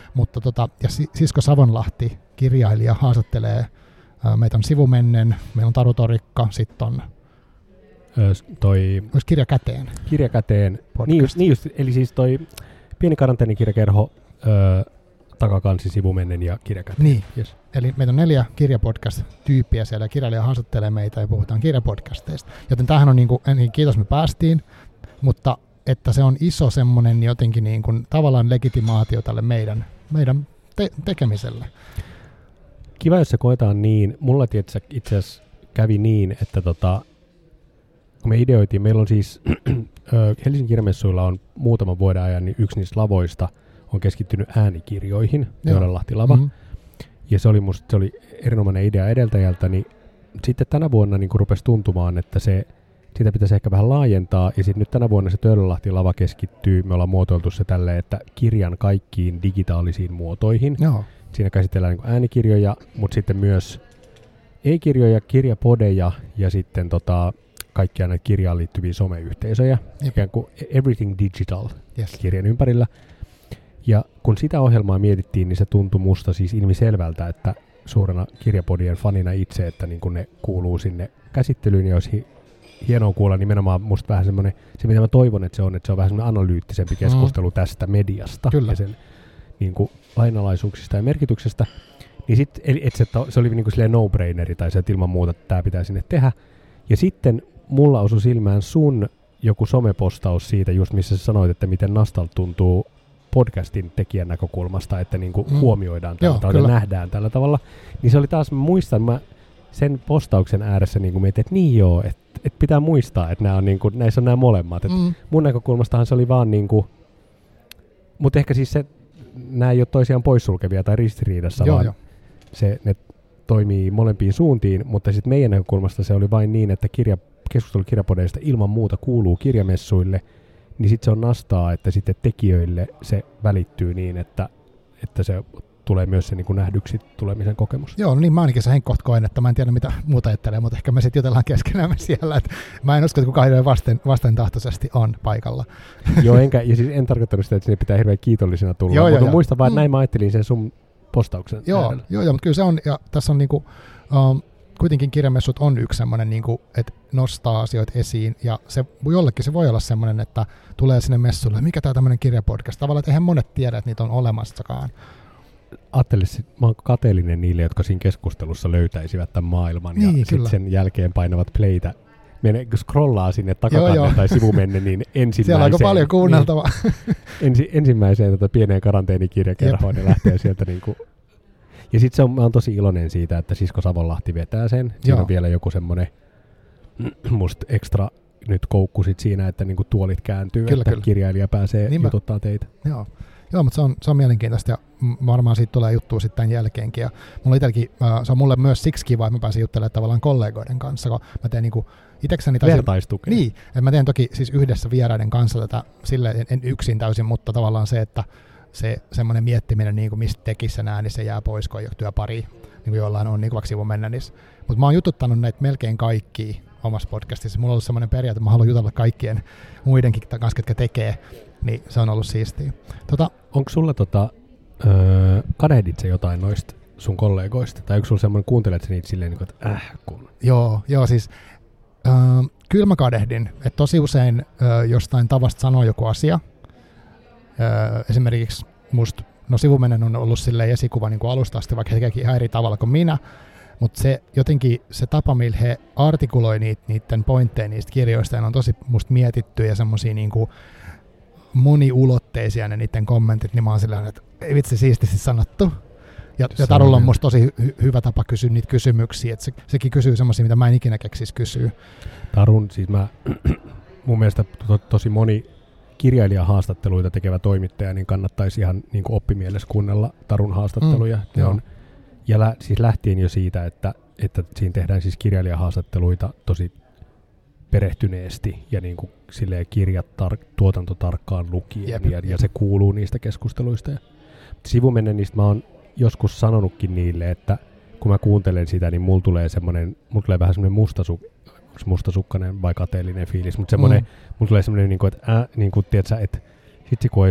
Mutta tota, ja Sisko Savonlahti, kirjailija, haastattelee, ää, meitä on Sivumennen, meillä on Taru Torikka, sitten on Öö, toi Olisi Kirja käteen. Kirja käteen. Niin just, niin just, eli siis toi Pieni karanteenikirjakerho, öö, Takakansi, Sivumennen ja Kirja käteen. Niin, yes. Eli meitä on neljä kirjapodcast-tyyppiä siellä, ja kirjailija haastattelee meitä ja puhutaan kirjapodcasteista. Joten tämähän on niin kuin, niin kiitos me päästiin, mutta että se on iso semmoinen jotenkin niin kuin, tavallaan legitimaatio tälle meidän, meidän te- tekemiselle. Kiva, jos se koetaan niin. Mulla tietysti itse asiassa kävi niin, että tota, kun me ideoitiin, meillä on siis Helsingin kirjamessuilla on muutaman vuoden ajan, niin yksi niistä lavoista on keskittynyt äänikirjoihin, Joenlahti-lava. Mm-hmm. Ja se oli musta se oli erinomainen idea edeltäjältä, niin sitten tänä vuonna niin kun rupesi tuntumaan, että se, sitä pitäisi ehkä vähän laajentaa, ja sitten nyt tänä vuonna se Töölönlahti-lava keskittyy, me ollaan muotoiltu se tälleen, että kirjan kaikkiin digitaalisiin muotoihin. Joo. Siinä käsitellään niin äänikirjoja, mutta sitten myös e-kirjoja, kirjapodeja ja sitten tota, kaikkia näitä kirjaan liittyviä someyhteisöjä, Jep. ikään kuin everything digital Yes. kirjan ympärillä. Ja kun sitä ohjelmaa mietittiin, niin se tuntui musta siis ilmiselvältä, että suurena kirjapodien fanina itse, että niin kun ne kuuluu sinne käsittelyyn, ja olisi hienoa kuulla nimenomaan musta vähän semmoinen, se mitä mä toivon, että se on, että se on vähän semmoinen analyyttisempi keskustelu mm. tästä mediasta Kyllä. ja sen niin kuin lainalaisuuksista ja merkityksestä. Niin sit, eli et se, se oli niin kuin silleen no-braineri, tai se, että ilman muuta tämä pitää sinne tehdä. Ja sitten mulla osui silmään sun joku somepostaus siitä, just missä sä sanoit, että miten Nastalta tuntuu podcastin tekijän näkökulmasta, että niin kuin mm. huomioidaan tällä Joo, tavalla, nähdään tällä tavalla. Niin se oli taas, mä muistan, mä sen postauksen ääressä niin kuin mietin, että niin joo, että et pitää muistaa, että nämä on niin kuin, näissä on nämä molemmat. Mm. Mun näkökulmastahan se oli vaan niin kuin, mutta ehkä siis se, nämä ei ole toisiaan poissulkevia tai ristiriidassa, joo, vaan jo. se, ne toimii molempiin suuntiin, mutta sitten meidän näkökulmasta se oli vain niin, että kirja, keskustelu kirjapodeista ilman muuta kuuluu kirjamessuille, niin sitten se on nastaa, että sitten tekijöille se välittyy niin, että, että se tulee myös se niin kuin nähdyksi tulemisen kokemus. Joo, no niin mä ainakin se henkkoht koen, että mä en tiedä mitä muuta ajattelee, mutta ehkä me sitten jutellaan keskenämme siellä, että mä en usko, että kukaan hirveän vasten, vastentahtoisesti on paikalla. Joo, enkä, ja siis en tarkoittanut sitä, että sinne pitää hirveän kiitollisena tulla, joo, mutta jo, muista vaan, että mm. näin mä ajattelin sen sun postauksen. Joo, joo, joo, mutta kyllä se on, ja tässä on niinku, um, kuitenkin kirjamessut on yksi semmoinen, niinku, että nostaa asioita esiin, ja se, jollekin se voi olla semmoinen, että tulee sinne messulle, mikä tämä tämmöinen kirjapodcast, tavallaan, että eihän monet tiedä, että niitä on olemassakaan. Ajattelisin, mä oon kateellinen niille, jotka siinä keskustelussa löytäisivät tämän maailman, niin, ja sitten sen jälkeen painavat playtä. Mene, kun scrollaa sinne takakanne tai sivumenne, niin ensimmäiseen... Siellä on aika paljon kuunneltavaa. Niin, ensi, ensimmäiseen tota pieneen karanteenikirjakerhoon ne lähtee sieltä niinku... Ja sitten se on, mä oon tosi iloinen siitä, että Sisko Savonlahti vetää sen. Siinä Joo. on vielä joku semmoinen musta ekstra nyt koukku sit siinä, että niinku tuolit kääntyy, kyllä, että kyllä. kirjailija pääsee Niinpä. jututtaa teitä. Joo. Joo, mutta se on, se on mielenkiintoista ja varmaan siitä tulee juttua sitten tämän jälkeenkin. Ja mulla itselläkin, äh, se on mulle myös siksi kiva, että mä pääsin juttelemaan tavallaan kollegoiden kanssa, kun mä teen niinku itsekseni... Vertaistukea. Niin, että mä teen toki siis yhdessä vieraiden kanssa tätä, sille en, en yksin täysin, mutta tavallaan se, että se semmoinen miettiminen, niin kuin mistä tekissä nää, niin se jää pois, kun ei ole työpari, niin kuin jollain on, niin kuin vaikka sivumennänis. Mutta mä oon jututtanut näitä melkein kaikkia omassa podcastissa. Mulla on ollut semmoinen periaate, että mä haluan jutella kaikkien muidenkin kanssa, ketkä tekee, niin se on ollut siistiä. Tota, onko sulla, tota, öö, kadehdit sä jotain noista sun kollegoista? Tai onko sulla semmoinen, kuuntelet sä niitä silleen, että äh, kun... Joo, joo siis öö, kyllä mä kadehdin, että tosi usein öö, jostain tavasta sanoo joku asia. Öö, esimerkiksi musta, no Sivumennen on ollut silleen esikuva niin kuin alusta asti, vaikka he tekeekin ihan eri tavalla kuin minä, mutta se jotenkin se tapa, millä he artikuloi niitä, niiden pointteja niistä kirjoista, on tosi musta mietitty ja semmosia niinku moniulotteisia ne niiden kommentit, niin mä oon silleen, että ei vitsi siististi sanottu. Ja, ja Tarulla on musta tosi hy- hyvä tapa kysyä niitä kysymyksiä, että se, sekin kysyy semmosia, mitä mä en ikinä keksisi kysyä. Tarun, siis mä, mun mielestä to, tosi moni kirjailijahaastatteluita tekevä toimittaja, niin kannattaisi ihan niin kuin oppimielessä kuunnella Tarun haastatteluja. Mm, ne on, ja lä, siis lähtien jo siitä, että, että siinä tehdään siis kirjailijahaastatteluita tosi perehtyneesti ja niin kuin silleen kirjat tar- tuotantotarkkaan lukien ja, ja se kuuluu niistä keskusteluista. Ja Sivumennen niistä mä oon joskus sanonutkin niille, että kun mä kuuntelen sitä, niin mulla tulee semmoinen, mulla tulee vähän semmoinen mustasu, mustasukkainen vai kateellinen fiilis, mutta semmoinen, mm. mulla tulee semmoinen, niin kuin, että, äh, niin kuin, tiedätkö, että hitsi kun olisi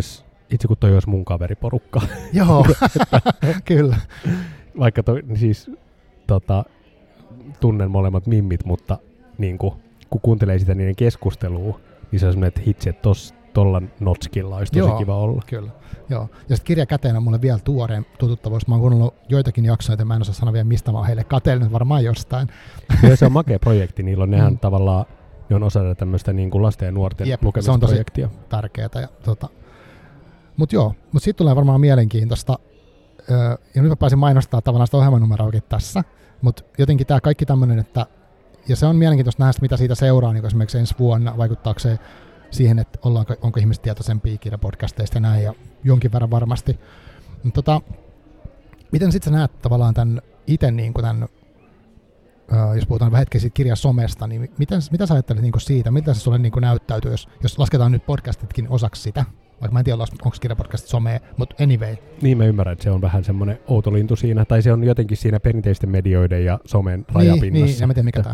itse kun toi olisi mun kaveriporukka. Joo, kyllä. Vaikka toi, siis tota, tunnen molemmat mimmit, mutta niin kuin, kun kuuntelee sitä niiden keskustelua, niin se on semmoinen, että hitsi, että tos, tolla notskilla olisi tosi Joo, kiva olla. Kyllä. Joo. Ja sitten kirja käteen on mulle vielä tuoreen tututtavuus. Mä oon kuunnellut joitakin jaksoja, että mä en osaa sanoa vielä, mistä mä oon heille kateellinen, varmaan jostain. Ja se on makea projekti. Niillä on nehän mm. tavallaan, ne on osa tämmöistä niin kuin lasten ja nuorten Jep, lukemisprojektia. Se on tosi tärkeää. Ja, tota. Mutta joo, mutta siitä tulee varmaan mielenkiintoista. Öö, ja nyt mä pääsin mainostamaan tavallaan sitä ohjelmanumeroakin tässä. Mutta jotenkin tämä kaikki tämmöinen, että ja se on mielenkiintoista nähdä, mitä siitä seuraa, niin esimerkiksi ensi vuonna, vaikuttaako se siihen, että ollaanko, onko ihmiset tietoisempia kirjapodcasteista ja näin, ja jonkin verran varmasti. Tota, miten sitten sä näet tavallaan tämän itse, niin tämän, ää, jos puhutaan vähän hetken siitä kirjasomesta, niin miten, mitä sä ajattelet niin siitä, miltä se sulle niin näyttäytyy, jos, jos lasketaan nyt podcastitkin osaksi sitä, vaikka mä en tiedä, onko kirjapodcastit somea, mutta anyway. Niin mä ymmärrän, että se on vähän semmoinen outo lintu siinä, tai se on jotenkin siinä perinteisten medioiden ja somen rajapinnassa. Niin, niin ja mä tiedän, mikä tämä.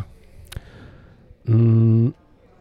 Mm,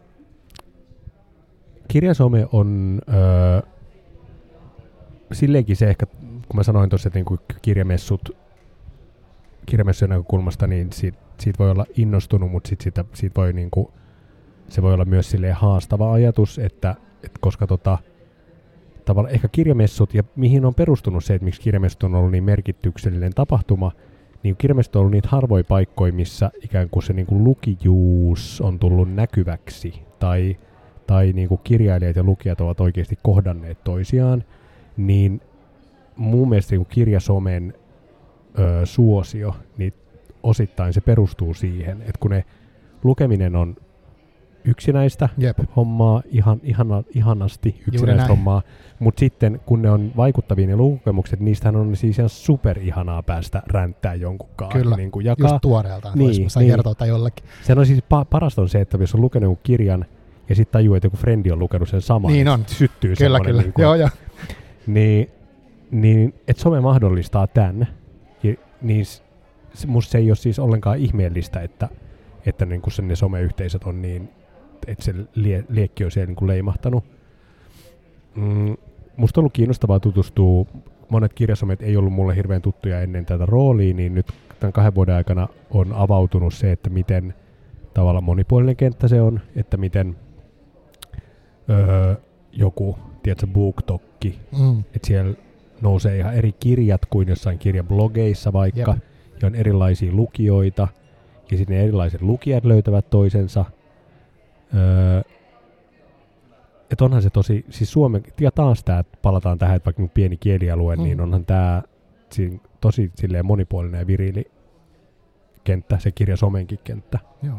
kirjasome on öö, silleenkin se ehkä, kun mä sanoin tuossa, että niinku kirjamessut, kirjamessujen näkökulmasta, niin siitä, siitä voi olla innostunut, mutta sit siitä, siitä voi niinku, se voi olla myös silleen haastava ajatus, että, että koska tota, tavallaan ehkä kirjamessut, ja mihin on perustunut se, että miksi kirjamessut on ollut niin merkityksellinen tapahtuma, niin kirjamessut on ollut niitä harvoja paikkoja, missä ikään kuin se niin kuin lukijuus on tullut näkyväksi, tai, tai niin kuin kirjailijat ja lukijat ovat oikeasti kohdanneet toisiaan, niin mun mielestä niin kuin kirjasomen ö, suosio, niin osittain se perustuu siihen, että kun ne lukeminen on yksinäistä Jep. hommaa, ihan, ihana, ihanasti yksinäistä hommaa, mutta sitten kun ne on vaikuttavia ne lukukemukset, niistähän on siis ihan superihanaa päästä ränttää jonkunkaan. Kyllä, niin kuin jakaa. Just tuoreeltaan, niin, voisi niin. kertoa tai jollekin. Se on siis pa- parasta on se, että jos on lukenut jonkun kirjan ja sitten tajuu, että joku frendi on lukenut sen saman, niin on. syttyy kyllä, semmoinen. Kyllä, niin kuin, joo, joo. Niin, niin että some mahdollistaa tämän, ja, niin musta se ei ole siis ollenkaan ihmeellistä, että, että niin kuin ne someyhteisöt on niin, että se lie, liekki on siellä niin kuin leimahtanut. Mm, musta on ollut kiinnostavaa tutustua. Monet kirjasomet ei ollut mulle hirveän tuttuja ennen tätä roolia, niin nyt tämän kahden vuoden aikana on avautunut se, että miten tavallaan monipuolinen kenttä se on, että miten öö, joku, tiedätkö, BookTokki, mm. että siellä nousee ihan eri kirjat kuin jossain kirjablogeissa vaikka, Jep. ja on erilaisia lukijoita, ja sitten ne erilaiset lukijat löytävät toisensa. Öö, että onhan se tosi, siis Suomen, ja taas tämä, palataan tähän, että vaikka pieni kielialue, mm. niin onhan tämä tosi silleen monipuolinen ja viriili kenttä, se kirjasomenkin kenttä. Joo.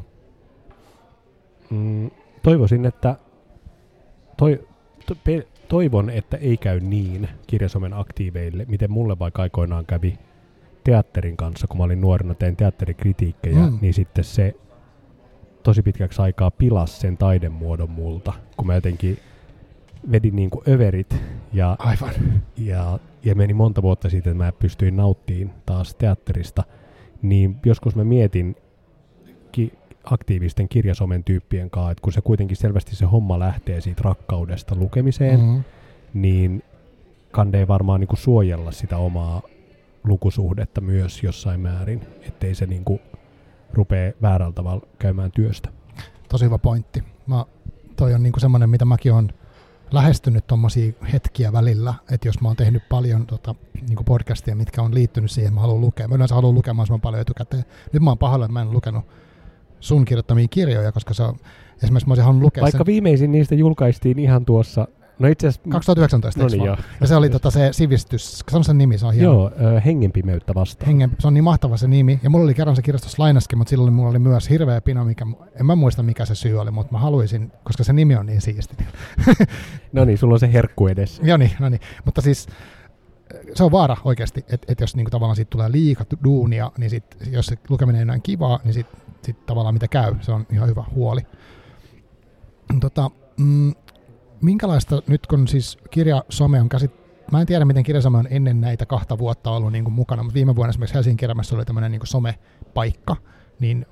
Mm, toivoisin, että toi, to, pe, toivon, että ei käy niin kirjasomen aktiiveille, miten mulle vaikka aikoinaan kävi teatterin kanssa, kun mä olin nuorena, tein teatterikritiikkejä, mm. niin sitten se tosi pitkäksi aikaa pilasi sen taidemuodon multa, kun mä jotenkin vedin niin kuin överit ja, Aivan. Ja, ja meni monta vuotta siitä, että mä pystyin nauttiin taas teatterista, niin joskus mä mietin ki- aktiivisten kirjasomen tyyppien kanssa, että kun se kuitenkin selvästi se homma lähtee siitä rakkaudesta lukemiseen, mm-hmm. niin kandee varmaan niin kuin suojella sitä omaa lukusuhdetta myös jossain määrin, ettei se niin kuin rupee väärällä tavalla käymään työstä. Tosi hyvä pointti. Mä, toi on niinku semmoinen, mitä mäkin olen lähestynyt tommosia hetkiä välillä, että jos mä oon tehnyt paljon tota, niinku podcastia, mitkä on liittynyt siihen, että mä haluan lukea. Mä yleensä haluan lukemaan semmoinen paljon etukäteen. Nyt mä oon pahoilla, että mä en lukenut sun kirjoittamia kirjoja, koska se on, esimerkiksi mä olisin halunnut lukea Vaikka sen. Viimeisin niistä julkaistiin ihan tuossa, no itse asiassa kaksituhattayhdeksäntoista, no niin, joo. Ja se oli tota se sivistys, sano sen nimi, se on hieno. Joo, äh, hengenpimeyttä vastaan. Hengen, se on niin mahtava se nimi, ja mulla oli kerran se kirjastus lainaskin, mutta silloin mulla oli myös hirveä pino, mikä, en mä muista mikä se syy oli, mutta mä haluaisin, koska se nimi on niin siisti. No niin, sulla on se herkku edessä. Joo niin, no niin, mutta siis se on vaara oikeasti, että et jos niinku tavallaan siitä tulee liika duunia, niin sit, jos se lukeminen ei enää kivaa, niin sitten sit tavallaan mitä käy, se on ihan hyvä huoli. Tota, mm, minkälaista nyt kun siis kirjasome on käsit, mä en tiedä miten kirjasome on ennen näitä kahta vuotta ollut niin kuin mukana, mutta viime vuonna esimerkiksi Helsingin kirjamessa oli tämmöinen niin kuin somepaikka, niin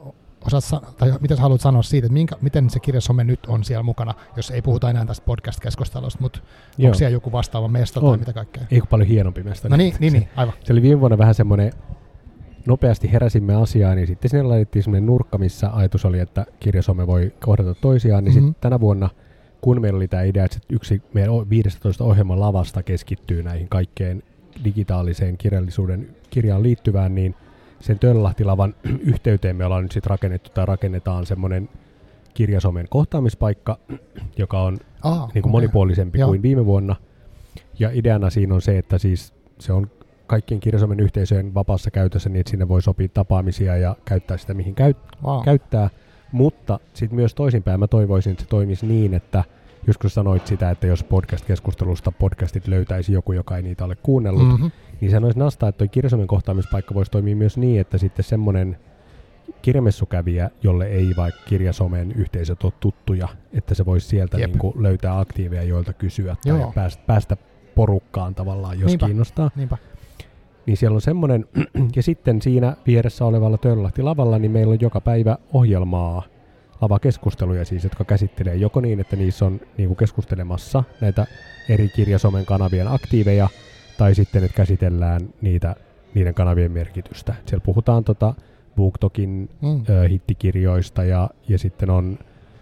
osaat, sa- tai mitä sä haluat sanoa siitä, että minkä, miten se kirjasome nyt on siellä mukana, jos ei puhuta enää tästä podcast-keskustelusta, mutta onko siellä joku vastaava mesta on. Tai mitä kaikkea? Ei paljon hienompi mesta. No niin, niin, niin, aivan. Se oli viime vuonna vähän semmoinen, nopeasti heräsimme asiaan, niin sitten sinne laitettiin semmoinen nurkka, missä ajatus oli, että kirjasome voi kohdata toisiaan, niin mm-hmm. sitten tänä vuonna, kun meillä oli tämä idea, että yksi meidän viisitoista ohjelman lavasta keskittyy näihin kaikkeen digitaaliseen kirjallisuuden kirjaan liittyvään, niin sen Töölölahti-lavan yhteyteen me ollaan nyt sitten rakennettu tai rakennetaan semmoinen kirjasomen kohtaamispaikka, joka on Aha, niin kuin okay. monipuolisempi Joo. kuin viime vuonna. Ja ideana siinä on se, että siis se on kaikkien kirjasomen yhteisöjen vapaassa käytössä niin, että sinne voi sopia tapaamisia ja käyttää sitä, mihin käy- wow. käyttää. Mutta sitten myös toisinpäin mä toivoisin, että se toimisi niin, että joskus sanoit sitä, että jos podcast-keskustelusta podcastit löytäisi joku, joka ei niitä ole kuunnellut, Mm-hmm. niin sanoisin nastaa, että toi kirjasomen kohtaamispaikka voisi toimia myös niin, että sitten semmoinen kirjamessukävijä, jolle ei vaikka kirjasomen yhteisöt ole tuttuja, että se voisi sieltä niin kuin löytää aktiiveja, joilta kysyä tai Joo. päästä, päästä porukkaan tavallaan, jos Niinpä. kiinnostaa. Niinpä. Niin siellä on semmoinen, ja sitten siinä vieressä olevalla Töölölahti-lavalla, niin meillä on joka päivä ohjelmaa, lavakeskusteluja siis, jotka käsittelee joko niin, että niissä on niin kuin keskustelemassa näitä eri kirjasomen kanavien aktiiveja, tai sitten, että käsitellään niitä, niiden kanavien merkitystä. Siellä puhutaan tota BookTokin Mm. ö, hittikirjoista, ja, ja sitten on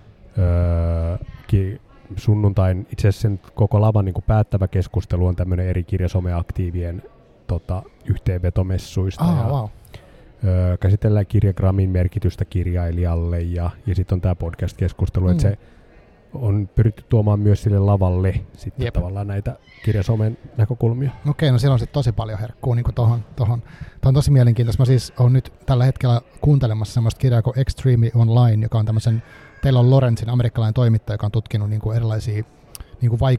ö, ki, sunnuntain, itse asiassa sen koko lavan niin kuin päättävä keskustelu on tämmöinen eri kirjasomeaktiivien tota, yhteenvetomessuista. Ah, ja, wow. Öö, käsitellään kirjagrammin merkitystä kirjailijalle ja, ja sitten on tämä podcast-keskustelu, mm. että se on pyritty tuomaan myös sille lavalle sitten Jep. tavallaan näitä kirjasomen näkökulmia. Okei, no siellä on sitten tosi paljon herkkuu niin tohon, tohon. Tämä on tosi mielenkiintoista. Mä siis olen nyt tällä hetkellä kuuntelemassa semmoista kirjaa kuin Extremely Online, joka on tämmöisen Taylor Lorenzin amerikkalainen toimittaja, joka on tutkinut niin kuin erilaisia niin kuin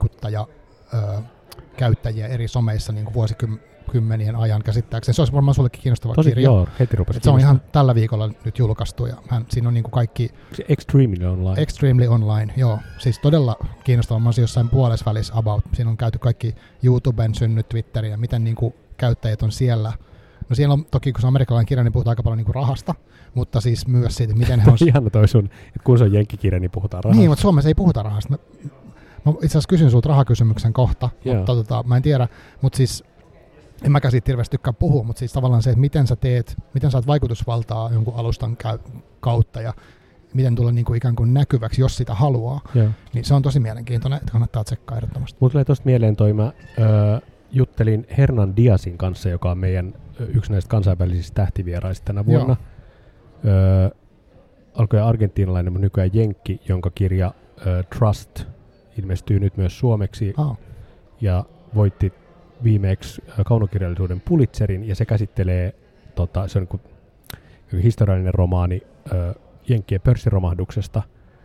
vaikuttaja-käyttäjiä eri someissa niin kuin vuosikymmenien ajan käsittääkseni. Se olisi varmaan sullekin kiinnostava Tosi, kirja. joo, heti rupesi Se on ihan tällä viikolla nyt julkaistu ja hän, siinä on niin kuin kaikki se Extremely Online. Extremely Online, joo. Siis todella kiinnostava. Mä olisin jossain puolesvälissä about. Siinä on käyty kaikki YouTuben synnyt, Twitterin ja miten niin kuin käyttäjät on siellä. No siellä on toki, kun se on amerikkalainen kirja, niin puhutaan aika paljon niin kuin rahasta, mutta siis myös siitä, miten he on... Ihana toi sun, että kun se on jenkkikirja, niin puhutaan rahasta. Niin, mutta Suomessa ei puhuta rahasta. Mä, mä itse asiassa kysyn sulta rahakysymyksen kohta, Joo. mutta tota, mä en tiedä. Mutta siis, en mäkään siitä hirveästi tykkää puhua, mutta siis tavallaan se, että miten sä teet, miten saat vaikutusvaltaa jonkun alustan käy, kautta ja miten tulla niin kuin ikään kuin näkyväksi, jos sitä haluaa, Joo. niin se on tosi mielenkiintoinen, että kannattaa tsekkaa ehdottomasti. Mulla tulee tuosta mieleen toi, mä öö, juttelin Hernan Diazin kanssa, joka on meidän ö, yksi näistä kansainvälisistä tähtivieraista tänä vuonna. Öö, alkoi argentiinalainen, mutta nykyään jenkki, jonka kirja ö, Trust ilmestyy nyt myös suomeksi Ah. ja voitti viimeksi ö, kaunokirjallisuuden Pulitzerin, ja se käsittelee, tota, se on niin kuin historiallinen romaani ö, jenkkien pörssiromahduksesta,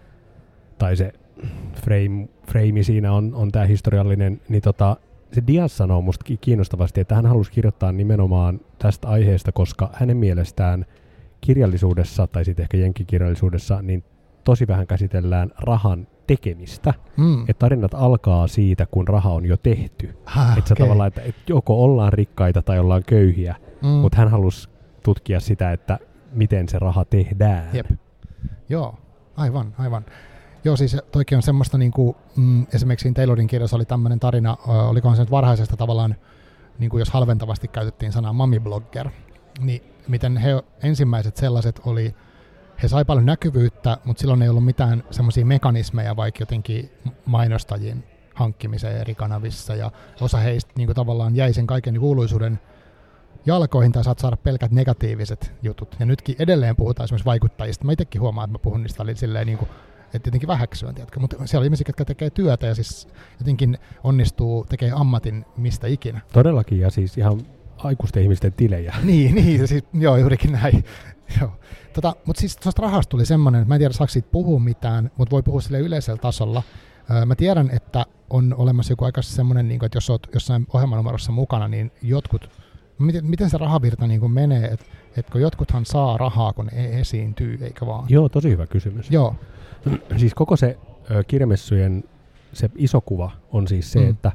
tai se frame, frame siinä on, on tämä historiallinen, niin tota, se Diaz sanoo musta kiinnostavasti, että hän halusi kirjoittaa nimenomaan tästä aiheesta, koska hänen mielestään kirjallisuudessa, tai sitten ehkä jenkkikirjallisuudessa, niin tosi vähän käsitellään rahan tekemistä. Mm. Että tarinat alkaa siitä, kun raha on jo tehty. Ah, että se okay. tavallaan, että et joko ollaan rikkaita tai ollaan köyhiä, Mm. mutta hän halusi tutkia sitä, että miten se raha tehdään. Jep. Joo, aivan, aivan. Joo, siis toikin on semmoista, niin kuin, mm, esimerkiksi Taylorin kirjassa oli tämmöinen tarina, ö, olikohan se nyt varhaisesta tavallaan, niin kuin jos halventavasti käytettiin sanaa mami-blogger, niin miten he ensimmäiset sellaiset oli, he sai paljon näkyvyyttä, mutta silloin ei ollut mitään semmoisia mekanismeja vaikka jotenkin mainostajien hankkimiseen eri kanavissa, ja osa heistä niin kuin tavallaan jäi sen kaiken kuuluisuuden jalkoihin tai saat saada pelkät negatiiviset jutut. Ja nytkin edelleen puhutaan esimerkiksi vaikuttajista. Mä itsekin huomaan, että mä puhun niistä silleen niin kuin, että tietenkin vähäksyön, tiedätkö? Mutta siellä on ihmisiä, jotka tekee työtä ja siis jotenkin onnistuu tekee ammatin mistä ikinä. Todellakin, ja siis ihan aikuisten ihmisten tilejä. Niin, niin siis, joo, juurikin näin. Joo. Tota, mutta siis tuosta rahasta tuli semmoinen, että mä en tiedä, saako siitä puhua mitään, mutta voi puhua sille yleisellä tasolla. Öö, mä tiedän, että on olemassa joku aika semmoinen, niin että jos olet jossain ohjelmanumerossa mukana, niin jotkut, miten, miten se rahavirta niin menee, että et kun jotkuthan saa rahaa, kun ne esiintyy, eikä vaan? Joo, tosi hyvä kysymys. Joo. Siis koko se ö, kirjamessujen se iso kuva on siis se, mm. että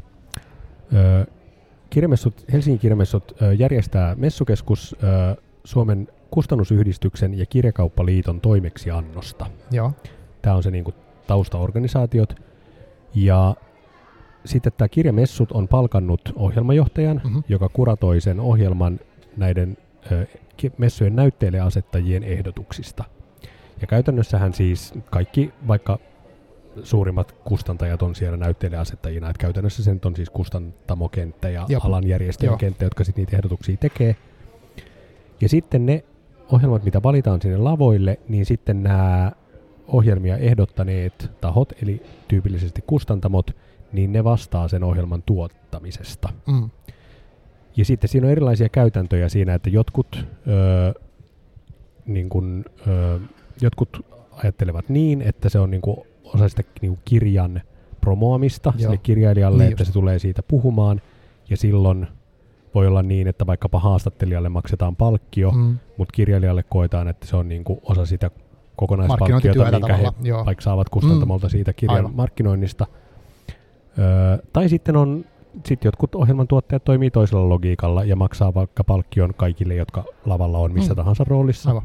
ö, kirjamessut, Helsingin kirjamessut ö, järjestää messukeskus ö, Suomen kustannusyhdistyksen ja kirjakauppaliiton toimeksiannosta. Joo. Tämä on se niin kuin taustaorganisaatiot. Ja sitten tämä kirjamessut on palkannut ohjelmajohtajan, mm-hmm. joka kuratoi sen ohjelman näiden ö, messujen näytteille asettajien ehdotuksista. Ja käytännössähän siis kaikki, vaikka suurimmat kustantajat on siellä näytteille asettajina, että käytännössä sen on siis kustantamokenttä ja Jop. alan järjestöjen kenttä, jotka sitten niitä ehdotuksia tekee. Ja sitten ne ohjelmat, mitä valitaan sinne lavoille, niin sitten nämä ohjelmia ehdottaneet tahot, eli tyypillisesti kustantamot, niin ne vastaa sen ohjelman tuottamisesta. Mm. Ja sitten siinä on erilaisia käytäntöjä siinä, että jotkut, öö, niin kun, öö, jotkut ajattelevat niin, että se on niin kun osa sitä niin kun kirjan promoamista Joo. sille kirjailijalle, niin että just. se tulee siitä puhumaan, ja silloin voi olla niin, että vaikkapa haastattelijalle maksetaan palkkio, mm. mutta kirjailijalle koetaan, että se on niin kuin osa sitä kokonaispalkkiota, minkä he Joo. vaikka saavat kustantamolta mm. siitä kirjan Aivan. markkinoinnista. Öö, tai sitten on sit jotkut ohjelmantuottajat toimii toisella logiikalla ja maksaa vaikka palkkion kaikille, jotka lavalla on missä mm. tahansa roolissa.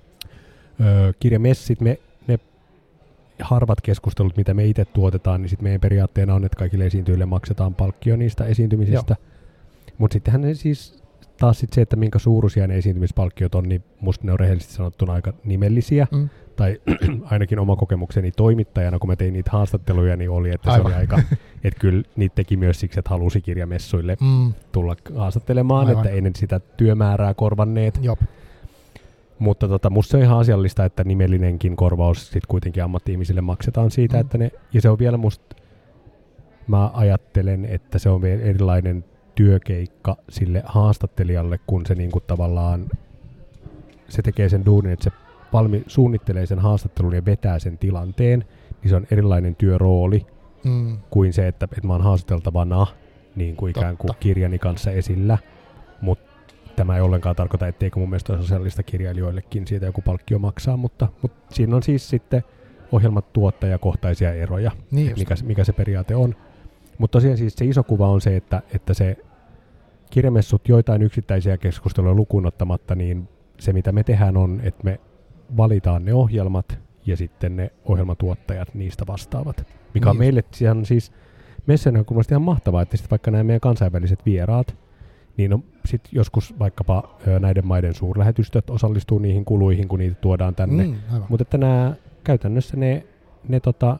Öö, kirjamessit, me, ne harvat keskustelut, mitä me itse tuotetaan, niin sit meidän periaatteena on, että kaikille esiintyjille maksetaan palkkio niistä esiintymisistä. Mutta sittenhän ne siis taas sit se, että minkä suuruisia ne esiintymispalkkiot on, niin musta ne on rehellisesti sanottuna aika nimellisiä. Mm. Tai ainakin oma kokemukseni toimittajana, kun mä tein niitä haastatteluja, niin oli, että Aivan. se oli aika, että kyllä niitä teki myös siksi, että halusi kirjamessuille mm. tulla haastattelemaan, Aivan. että ei ne sitä työmäärää korvanneet. Jop. Mutta tota, musta se on ihan asiallista, että nimellinenkin korvaus sit kuitenkin ammatti-ihmisille maksetaan siitä, mm. että ne, ja se on vielä musta, mä ajattelen, että se on vielä erilainen työkeikka sille haastattelijalle, kun se niinku tavallaan, se tekee sen duunin, että se valmi, suunnittelee sen haastattelun ja vetää sen tilanteen, niin se on erilainen työrooli mm. kuin se, että, että mä oon haastateltavana niin kuin ikään kuin kirjani kanssa esillä, mutta tämä ei ollenkaan tarkoita, etteikö mun mielestä ole sosiaalista kirjailijoillekin siitä joku palkkio maksaa, mutta, mutta siinä on siis sitten ohjelmat tuottajakohtaisia eroja, niin mikä, mikä se periaate on. Mutta tosiaan siis se iso kuva on se, että, että se kirjamessut joitain yksittäisiä keskusteluja lukuun ottamatta, niin se mitä me tehdään on, että me valitaan ne ohjelmat ja sitten ne ohjelmatuottajat niistä vastaavat. Mikä niin on meille on siis messujen näkökulmasta ihan mahtavaa, että sitten vaikka nämä meidän kansainväliset vieraat, niin on sit joskus vaikkapa ö, näiden maiden suurlähetystöt osallistuu niihin kuluihin, kun niitä tuodaan tänne. Mm, mutta että nämä käytännössä ne, ne tota,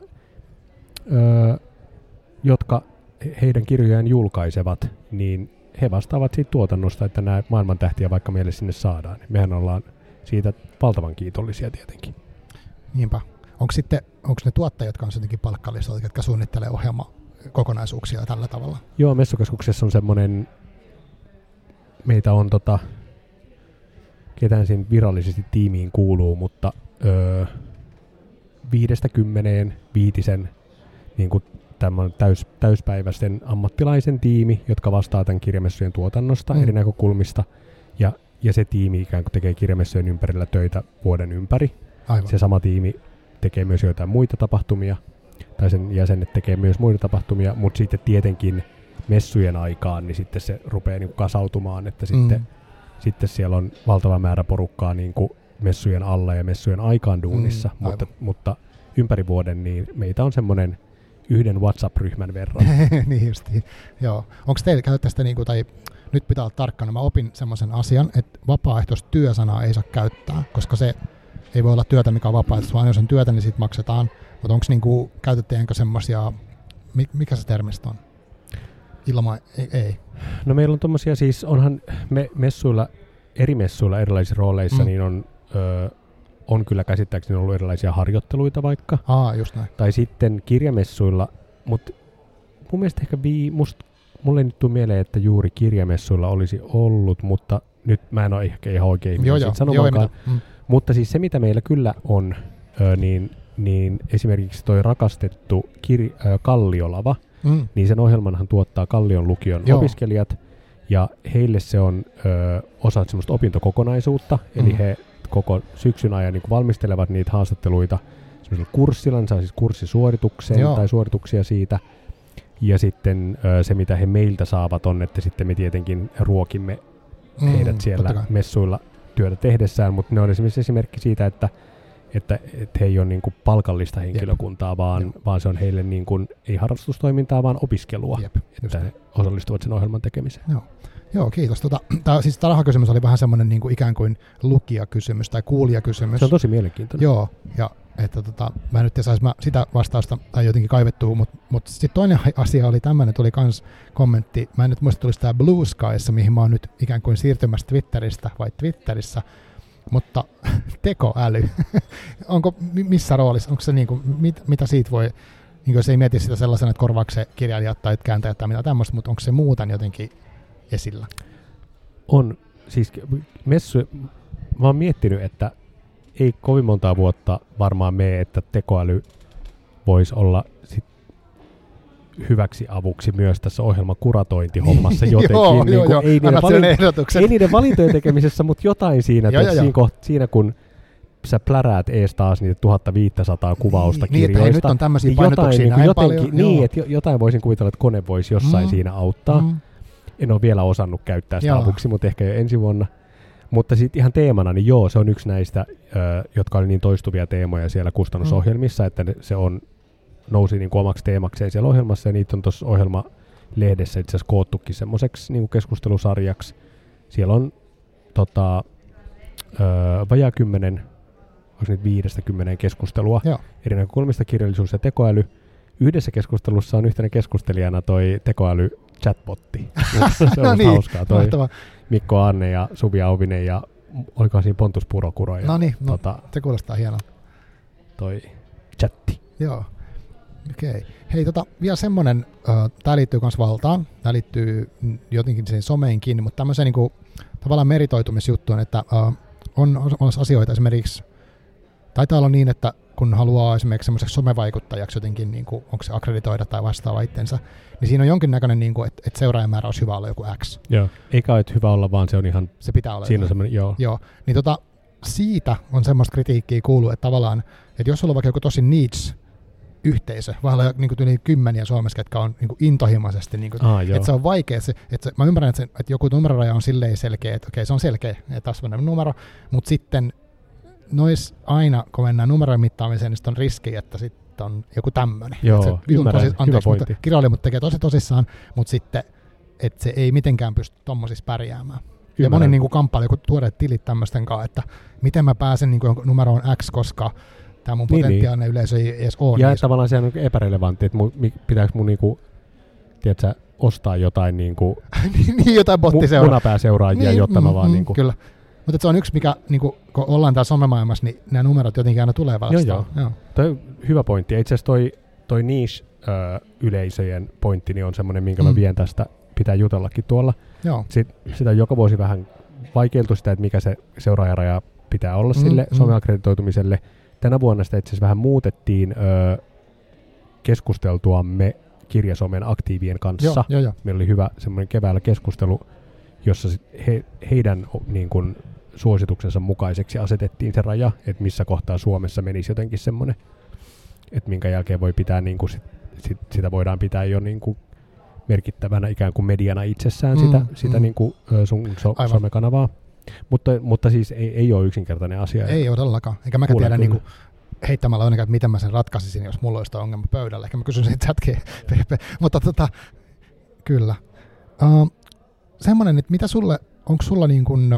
ö, jotka heidän kirjojaan julkaisevat, niin he vastaavat siitä tuotannosta, että nämä maailmantähtiä vaikka meille sinne saadaan. Mehän ollaan siitä valtavan kiitollisia tietenkin. Niinpä. Onko sitten, onko ne tuottajat kanssa jotenkin palkkalistoilla, jotka suunnittelee ohjelmakokonaisuuksia tällä tavalla? Joo, Messukeskuksessa on semmoinen, meitä on tota, ketään siinä virallisesti tiimiin kuuluu, mutta öö, viidestä kymmeneen viitisen niin kuin tämmöinen täys, täyspäiväisten ammattilaisen tiimi, jotka vastaa tämän kirjamessujen tuotannosta mm. eri näkökulmista, ja, ja se tiimi ikään kuin tekee kirjamessujen ympärillä töitä vuoden ympäri. Aivan. Se sama tiimi tekee myös joitain muita tapahtumia, tai sen jäsenet tekee myös muita tapahtumia, mutta sitten tietenkin messujen aikaan, niin sitten se rupeaa niin kuin kasautumaan, että mm. sitten, sitten siellä on valtava määrä porukkaa niin kuin messujen alla ja messujen aikaan duunissa, mm, mutta, mutta ympäri vuoden niin meitä on semmoinen yhden WhatsApp-ryhmän verran. Niin justiin, joo. Onko teillä käy tästä, niinku, tai nyt pitää olla tarkkana, mä opin semmoisen asian, että vapaaehtoistyösanaa ei saa käyttää, koska se ei voi olla työtä, mikä on vapaaehtoista, vaan jos on työtä, niin siitä maksetaan. Mutta onko niinku, käytettäänkö semmoisia, mikä se termistä on? Ilma, ei, ei. No meillä on tommosia siis, onhan me messuilla, eri messuilla erilaisissa rooleissa, mm. niin on... Öö, on kyllä käsittääkseni ollut erilaisia harjoitteluita vaikka. Aa, just näin. Tai sitten kirjamessuilla, mutta mun mielestä ehkä vii, must, mulle ei nyt tule mieleen, että juuri kirjamessuilla olisi ollut, mutta nyt mä en ole ehkä ihan oikein joo, joo, sanomaankaan. Mm. Mutta siis se, mitä meillä kyllä on, ö, niin, niin esimerkiksi toi rakastettu kir- ö, Kalliolava, mm. niin sen ohjelmanhan tuottaa Kallion lukion joo. opiskelijat, ja heille se on ö, osa semmoista opintokokonaisuutta, mm. eli he koko syksyn ajan niin valmistelevat niitä haastatteluita semmoisella kurssilla, ne saa siis kurssisuoritukseen Joo. tai suorituksia siitä. Ja sitten ö, se, mitä he meiltä saavat, on, että sitten me tietenkin ruokimme mm, heidät siellä messuilla työtä tehdessään, mutta ne on esimerkiksi esimerkki siitä, että, että, että he ei ole niin kuin palkallista henkilökuntaa, vaan, vaan se on heille niin kuin, ei harrastustoimintaa, vaan opiskelua, Jep, että he osallistuvat sen ohjelman tekemiseen. Joo. Joo, kiitos. Tota, tää, siis tämä rahakysymys oli vähän semmoinen niin kuin ikään kuin lukijakysymys tai kuulijakysymys. Se on tosi mielenkiintoinen. Joo, ja että tota, mä en nyt tiedä, sais mä sitä vastausta tai jotenkin kaivettua, mutta mut sitten toinen asia oli tämmöinen, tuli kans kommentti, mä en nyt muista, tulisi tämä Blue Skyssa, mihin mä oon nyt ikään kuin siirtymässä Twitteristä vai Twitterissä, mutta tekoäly, onko missä roolissa, onko se niin kuin, mit, mitä siitä voi, niin jos ei mieti sitä sellaisena, että korvaako se kirjailijat tai kääntäjät tai mitä tämmöistä, mutta onko se muuten jotenkin esillä? On, siis messu, mä oon miettinyt, että ei kovin montaa vuotta varmaan mene, että tekoäly voisi olla sit hyväksi avuksi myös tässä ohjelmakuratointihommassa jotenkin. joo, niin joo, joo. Ei, niiden valin- ei niiden valintojen tekemisessä, mutta jotain siinä, joo, siinä, koht, siinä kun sä pläräät ees taas niitä tuhatviisisataa kuvausta niin, kirjoista. Niin, nyt on tämmöisiä niin painotuksia jotain, näin jotenkin, paljon. Niin, että jotain voisin kuvitella, että kone voisi jossain mm. siinä auttaa. Mm. En ole vielä osannut käyttää sitä joo. avuksi, mutta ehkä jo ensi vuonna. Mutta sitten ihan teemana, niin joo, se on yksi näistä, ö, jotka oli niin toistuvia teemoja siellä kustannusohjelmissa, mm. että ne, se on, nousi niin kuin omaksi teemakseen siellä ohjelmassa, ja niitä on tuossa ohjelmalehdessä itse asiassa koottukin semmoiseksi niin kuin keskustelusarjaksi. Siellä on tota, ö, vajaa kymmenen, onko nyt viidestä kymmeneen keskustelua joo. eri näkökulmista, kirjallisuus ja tekoäly. Yhdessä keskustelussa on yhtenä keskustelijana toi tekoäly chatbotti. Se on no niin, hauskaa. Toi mahtava. Mikko Anne ja Suvi Auvinen ja olikohan siinä Pontus Purokuro. No niin, no, tota, se kuulostaa hienolta. Toi chatti. Joo, okei. Okay. Hei, tota, vielä semmoinen, äh, tämä liittyy myös valtaan, tämä liittyy jotenkin siihen someinkin, mutta tämmöiseen niin kuin, tavallaan meritoitumisjuttuun, että äh, on, on asioita esimerkiksi, taitaa olla niin, että kun haluaa esimerkiksi semmoiseksi somevaikuttajaksi jotenkin, niin kuin, onko se akkreditoida tai vastaava itsensä, niin siinä on jonkinnäköinen, niin kuin, että, että seuraajamäärä olisi hyvä olla joku X. Joo, eikä ole hyvä olla, vaan se on ihan... Se pitää olla. Siinä on semmoinen, joo. Joo, niin tota, siitä on semmoista kritiikkiä kuuluu, että tavallaan, että jos sulla on vaikka joku tosi niche yhteisö, voi olla niin kuin kymmeniä Suomessa, jotka on niin kuin intohimoisesti, niin kuin, ah, että se on vaikea. Että se, että se, mä ymmärrän, että, se, että joku numeroraja on silleen selkeä, että okei, se on selkeä, että taas on numero, mutta sitten nois aina, kun mennään numerojen mittaamiseen, niin on riski, että sitten on joku tämmöinen. Joo, se, ymmärrän, tosi, hyvä anteeksi, pointti. Kirjailija mut tekee tosi tosissaan, mutta sitten, että se ei mitenkään pysty tommosissa pärjäämään. Ymmärrän. Ja moni niin kamppailee, kun tuoreet tilit tämmöisten kanssa, että miten mä pääsen niin kuin numeroon X, koska tämä mun niin, potentiaalinen niin. yleisö ei edes ole. Ja niin tavallaan se on epärelevantti, että mun, pitääkö mun niinku, tiedätkö, ostaa jotain niinku niin, jotain bottiseura- munapääseuraajia, niin, jotta mm, mä vaan mm, niinku... Kyllä. Mutta se on yksi, mikä, niinku, kun ollaan täällä somemaailmassa, niin nämä numerot jotenkin aina tulee vastaan. Joo, joo. joo. Toi on hyvä pointti. Itse asiassa toi, toi niche-yleisöjen pointti niin on semmoinen, minkä mm. mä vien tästä, pitää jutellakin tuolla. Joo. Sit, sitä on joka vuosi vähän vaikeiltu sitä, että mikä se seuraajaraja pitää olla mm, sille mm. someakkreditoitumiselle. Tänä vuonna sitä itse asiassa vähän muutettiin ö, keskusteltuamme Kirjasomen aktiivien kanssa. Joo, jo, jo. Meillä oli hyvä semmoinen keväällä keskustelu, jossa he, heidän niin kuin, suosituksensa mukaiseksi asetettiin se raja, että missä kohtaa Suomessa menisi jotenkin semmoinen, että minkä jälkeen voi pitää, niin kuin sit, sit, sitä voidaan pitää jo niin kuin merkittävänä ikään kuin mediana itsessään mm, sitä, sitä mm. niin kuin, sun so, somekanavaa. Mutta, mutta siis ei, ei ole yksinkertainen asia. Ei todellakaan. Eikä mäkään tiedä niin kuin heittämällä onnekaan, että miten mä sen ratkaisisin, jos mulla olisi toi ongelma pöydällä. Ehkä mä kysyn siitä chat-G P P. Mutta tota, kyllä. Uh, semmoinen, että mitä sulle, onko sulla niin kuin,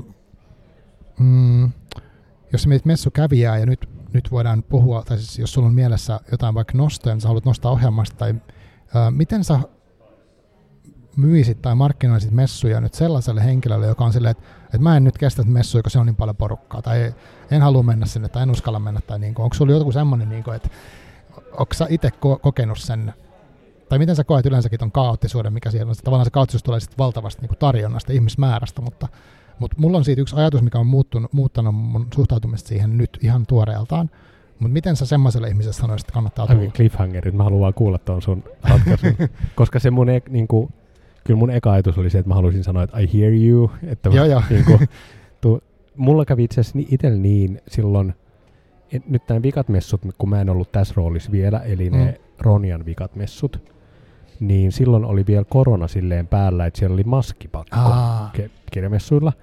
mm, jos sä mietit messukävijää ja nyt, nyt voidaan puhua, tai siis jos sulla on mielessä jotain vaikka nostoja, niin sä haluat nostaa ohjelmasta, tai uh, miten sä myisit tai markkinoisit messuja nyt sellaiselle henkilölle, joka on silleen, että, että mä en nyt kestä messuja, kun se on niin paljon porukkaa, tai en halua mennä sinne, tai en uskalla mennä, tai niin kuin, onko sulla joku semmoinen, niin kuin, että onko sä itse ko- kokenut sen, tai miten sä koet yleensäkin ton kaoottisuuden, mikä siellä on, tavallaan se kaoottisuus tulee sitten valtavasti niin kuin tarjonnasta, ihmismäärästä, mutta, mutta mulla on siitä yksi ajatus, mikä on muuttunut, muuttanut mun suhtautumista siihen nyt ihan tuoreeltaan, mutta miten sä semmoiselle ihmiselle sanoisit, että kannattaa tulla? Cliffhangerit, mä haluan vaan kuulla tuon sun ratkaisun, koska se mun, e- niin kuin, kyllä mun eka ajatus oli se, että mä haluaisin sanoa, että I hear you. Että joo, joo. Niin kuin, tu, mulla kävi itse asiassa itsellä niin silloin, et, nyt nämä vikat messut, kun mä en ollut tässä roolissa vielä, eli ne mm. Ronjan vikat messut, niin silloin oli vielä korona silleen päällä, että siellä oli maskipakko ke- kirjamessuilla.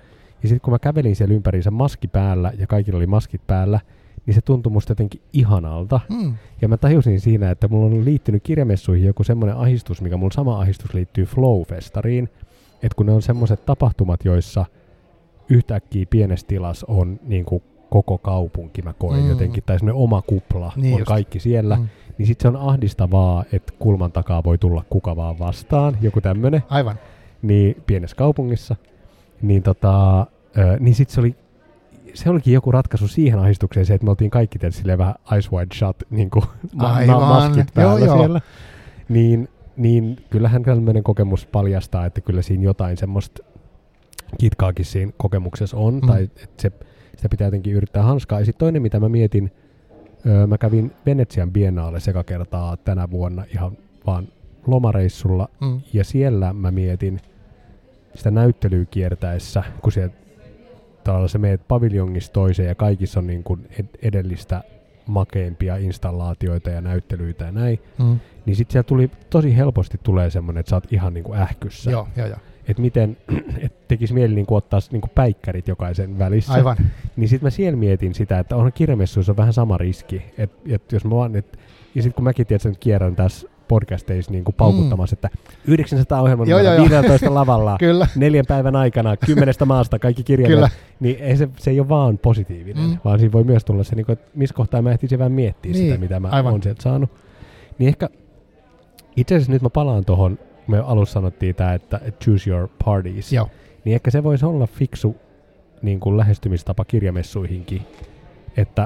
Ja sitten kun mä kävelin siellä ympäriinsä maski päällä ja kaikilla oli maskit päällä, niin se tuntui musta jotenkin ihanalta. Mm. Ja mä tajusin siinä, että mulla on liittynyt kirjamessuihin joku semmoinen ahdistus, mikä mulla sama ahdistus liittyy Flow-festariin. Että kun ne on semmoiset tapahtumat, joissa yhtäkkiä pienessä tilassa on niin kuin koko kaupunki, mä koen mm. jotenkin, tai semmoinen oma kupla, niin on just kaikki siellä, mm. niin sit se on ahdistavaa, että kulman takaa voi tulla kuka vaan vastaan, joku tämmönen. Aivan. Niin pienessä kaupungissa. Niin tota, äh, niin sit se oli, se olikin joku ratkaisu siihen ahdistukseen, se, että me oltiin kaikki tietysti silleen vähän eyes wide shut, niin kuin ma- ma- maskit päällä joo, siellä. Joo. Niin, niin kyllähän tämmöinen kokemus paljastaa, että kyllä siinä jotain semmoista kitkaakin siinä kokemuksessa on, mm. tai että se, sitä pitää jotenkin yrittää hanskaa. Ja sitten toinen, mitä mä mietin, öö, mä kävin Venetsian biennaalle seka kertaa tänä vuonna ihan vaan lomareissulla, mm. ja siellä mä mietin sitä näyttelyä kiertäessä, kun siellä tavallaan sä meet paviljongista toiseen ja kaikissa on niin kuin ed- edellistä makeimpia installaatioita ja näyttelyitä ja näin, mm. niin sitten siellä tuli, tosi helposti tulee semmoinen, että sä oot ihan niin kuin ähkyssä. Joo, joo, joo. Että miten, et tekisi mieli niin kuin ottaa niin kuin päikkärit jokaisen välissä. Aivan. Niin sitten mä siellä mietin sitä, että onhan kirjamessuissa on vähän sama riski. Että et jos mä vaan, et, ja sitten kun mäkin tiedän, että kierrän tässä podcasteissa niin kuin paukuttamassa, mm. että yhdeksänsataa ohjelman viisitoista lavalla, neljän päivän aikana, kymmenestä maasta, kaikki kirjailijat, niin ei se, se ei ole vaan positiivinen, mm. vaan siinä voi myös tulla se, niin kuin, että missä kohtaa mä ehtisin vähän miettiä niin sitä, mitä mä Aivan. oon sieltä saanut. Niin ehkä itse asiassa nyt mä palaan tuohon, me alussa sanottiin tämä, että choose your parties, Joo. niin ehkä se voisi olla fiksu niin kuin lähestymistapa kirjamessuihinkin, että,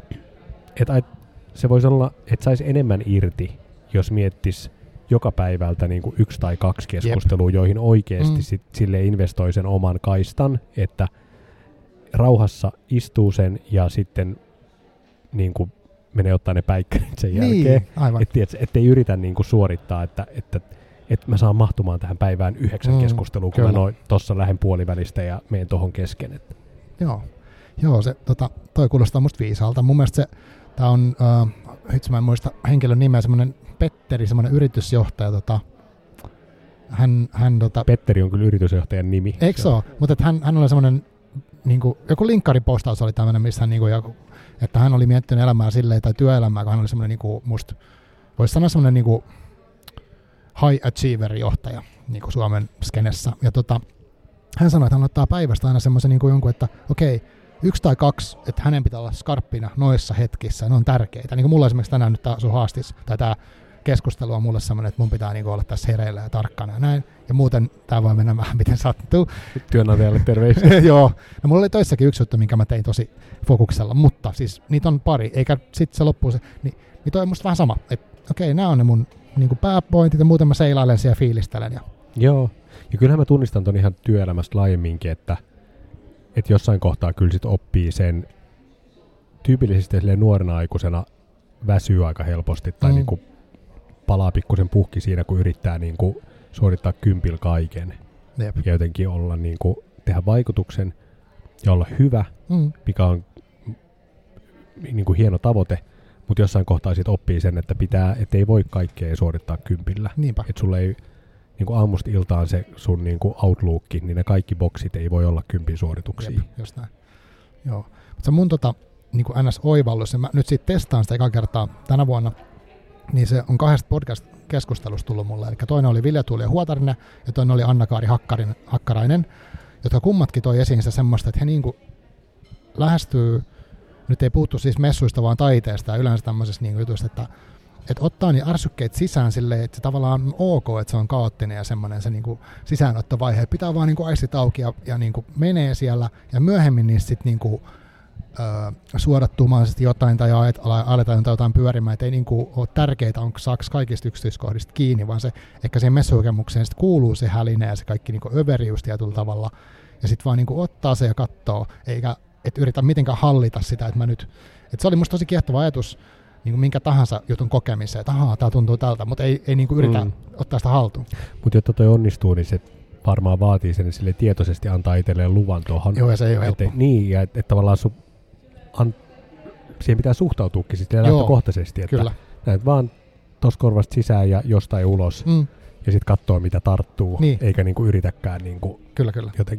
että se voisi olla, että saisi enemmän irti, jos miettisi joka päivältä niin kuin yksi tai kaksi keskustelua, Jep. joihin oikeasti mm. sit sille investoi sen oman kaistan, että rauhassa istuu sen ja sitten niin kuin menee ottaa ne päikkärit sen niin, jälkeen. Että et, ettei yritä niin kuin suorittaa, että, että et mä saan mahtumaan tähän päivään yhdeksän mm, keskustelua, kun kyllä. mä noin tuossa lähden puolivälistä ja menen tuohon kesken. Että. Joo, Joo se, tota, toi kuulostaa musta viisaalta. Mun mielestä se, tää on, äh, itse mä en muista henkilön nimeä, semmoinen Petteri, semmoinen yritysjohtaja. Tota, hän, hän, tota, Petteri on kyllä yritysjohtajan nimi. Eikö se ole? Mutta hän, hän oli semmoinen, niinku, joku linkkaripostaus oli tämmöinen, missä hän, niinku, joku, että hän oli miettinyt elämää silleen, tai työelämää, kun hän oli semmoinen, niinku, musta, voisi sanoa semmoinen niinku, high achiever-johtaja niinku Suomen skenessä. Ja tota, hän sanoi, että hän ottaa päivästä aina semmoisen niinku jonkun, että okei, yksi tai kaksi, että hänen pitää olla skarppina noissa hetkissä, ne on tärkeitä. Niin kuin mulla esimerkiksi tänään nyt tämä sun haastis, tai tämä keskustelu on mulle semmoinen, että mun pitää niinku olla tässä hereillä ja tarkkana ja näin. Ja muuten tämä voi mennä vähän miten sattuu. Työnantajalle terveisiä. Joo. No mulla oli toissakin yksi juttu, minkä mä tein tosi fokuksella, mutta siis niitä on pari, eikä sitten se loppuu se. Niin, niin toi on musta vähän sama, että okei, nämä on ne mun niinku pääpointit ja muuten mä seilailen siellä ja fiilistelen. Ja. Joo. Ja kyllähän mä tunnistan ton ihan työelämästä laajemminkin, että että jossain kohtaa kyllä sit oppii sen tyypillisesti nuorena aikuisena väsyy aika helposti tai mm. niinku palaa pikkusen puhki siinä, kun yrittää niinku suorittaa kympillä kaiken. Jep. Ja jotenkin olla niinku, tehdä vaikutuksen ja olla hyvä, mm. mikä on niinku hieno tavoite, mutta jossain kohtaa sit oppii sen, että pitää, et ei voi kaikkea suorittaa kympillä. Että sulle ei niin kuin aamusta iltaan se sun niin kuin outlookki, niin ne kaikki boksit ei voi olla kympin suorituksia. Jep, just näin. Joo. Mutta mun tota, niin kuin N S-oivallus, ja mä nyt siitä testaan sitä eka kertaa tänä vuonna, niin se on kahdesta podcast-keskustelusta tullut mulle. Eli toinen oli Vilja Tuuli Huotarinen ja toinen oli Anna-Kaari Hakkarin, Hakkarainen, jotka kummatkin toi esiin se semmoista, että he niin kuin lähestyy, nyt ei puhuttu siis messuista, vaan taiteesta ja yleensä tämmöisestä niin jutuista, että että ottaa niin ärsykkeet sisään silleen, että se tavallaan on ok, että se on kaoottinen ja semmoinen se niinku sisäänottovaihe. Pitää vaan niinku aistit auki ja, ja niinku menee siellä ja myöhemmin niistä sitten niinku, suodattumaisesti jotain tai aletaan jotain pyörimään, että ei niinku ole tärkeää, onko saaks kaikista yksityiskohdista kiinni, vaan se ehkä siihen messukokemukseen sit kuuluu se häline ja se kaikki niinku överius tietyllä tavalla ja sitten vaan niinku ottaa se ja katsoo, eikä et yritä mitenkään hallita sitä, että mä nyt, että se oli musta tosi kiehtova ajatus, niin minkä tahansa jutun kokemiseen, että ahaa, tää tuntuu tältä, mutta ei, ei niinku yritä mm. ottaa sitä haltuun. Mutta jotta toi onnistuu, niin se varmaan vaatii sen, että sille tietoisesti antaa itselleen luvan tuohon. Joo, ja se ei ole helppo. Niin, ja että et tavallaan su, an, siihen pitää suhtautuukin sitten lähtökohtaisesti, että kyllä. Näet vaan tuossa korvasta sisään ja jostain ulos, mm. ja sitten katsoo, mitä tarttuu, niin. Eikä niinku yritäkään niinku kyllä, kyllä. jotenkin. Joo.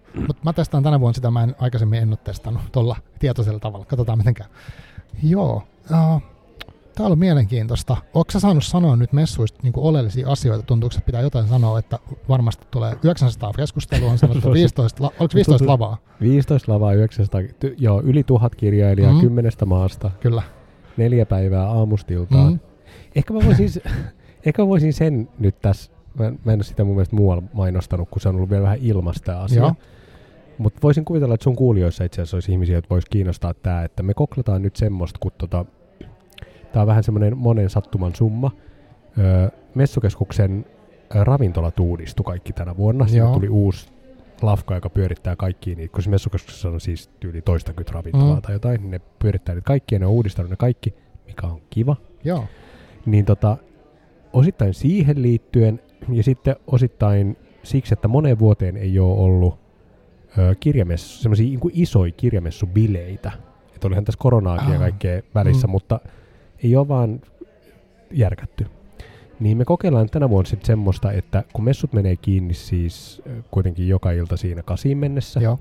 Mutta mä testaan tänä vuonna sitä, mä en aikaisemmin en ole testannut tuolla tietoisella tavalla. Katsotaan miten käy. Joo. Uh, Tämä on ollut mielenkiintoista. Oletko sä saanut sanoa nyt messuista niin kuin oleellisia asioita? Tuntuuko, että pitää jotain sanoa, että varmasti tulee yhdeksänsataa keskustelua, on sanottu viisitoista, la- oliko viisitoista lavaa? viisitoista lavaa, yhdeksänsataa, ty- joo, yli tuhat kirjailijaa mm. kymmenestä maasta. Kyllä. Neljä päivää aamustiltaan. Mm. Ehkä, mä voisin, ehkä mä voisin sen nyt tässä, mä, mä en ole sitä mun mielestä muualla mainostanut, kun se on ollut vielä vähän ilmasta asia. Mutta voisin kuvitella, että sun kuulijoissa itse asiassa olisi ihmisiä, jotka vois kiinnostaa tämä, että me koklataan nyt semmoista, kun tota, tämä on vähän semmoinen monen sattuman summa. Öö, Messukeskuksen ravintolat uudistui kaikki tänä vuonna. Siinä tuli uusi lafka, joka pyörittää kaikkia niitä, kun se Messukeskuksessa on siis yli toistakymmentä ravintolaa mm. tai jotain, niin ne pyörittää niitä kaikkia, ne on uudistanut ne kaikki, mikä on kiva. Joo. Niin tota, osittain siihen liittyen ja sitten osittain siksi, että moneen vuoteen ei ole ollut öö, kirjamessu, semmoisia niin kuin isoja kirjamessubileitä. Että olihan tässä koronaakin ah. ja kaikkea välissä, mm. mutta ei ole vaan järkätty. Niin me kokeillaan tänä vuonna sitten semmoista, että kun messut menee kiinni siis kuitenkin joka ilta siinä kasiin mennessä, Joo.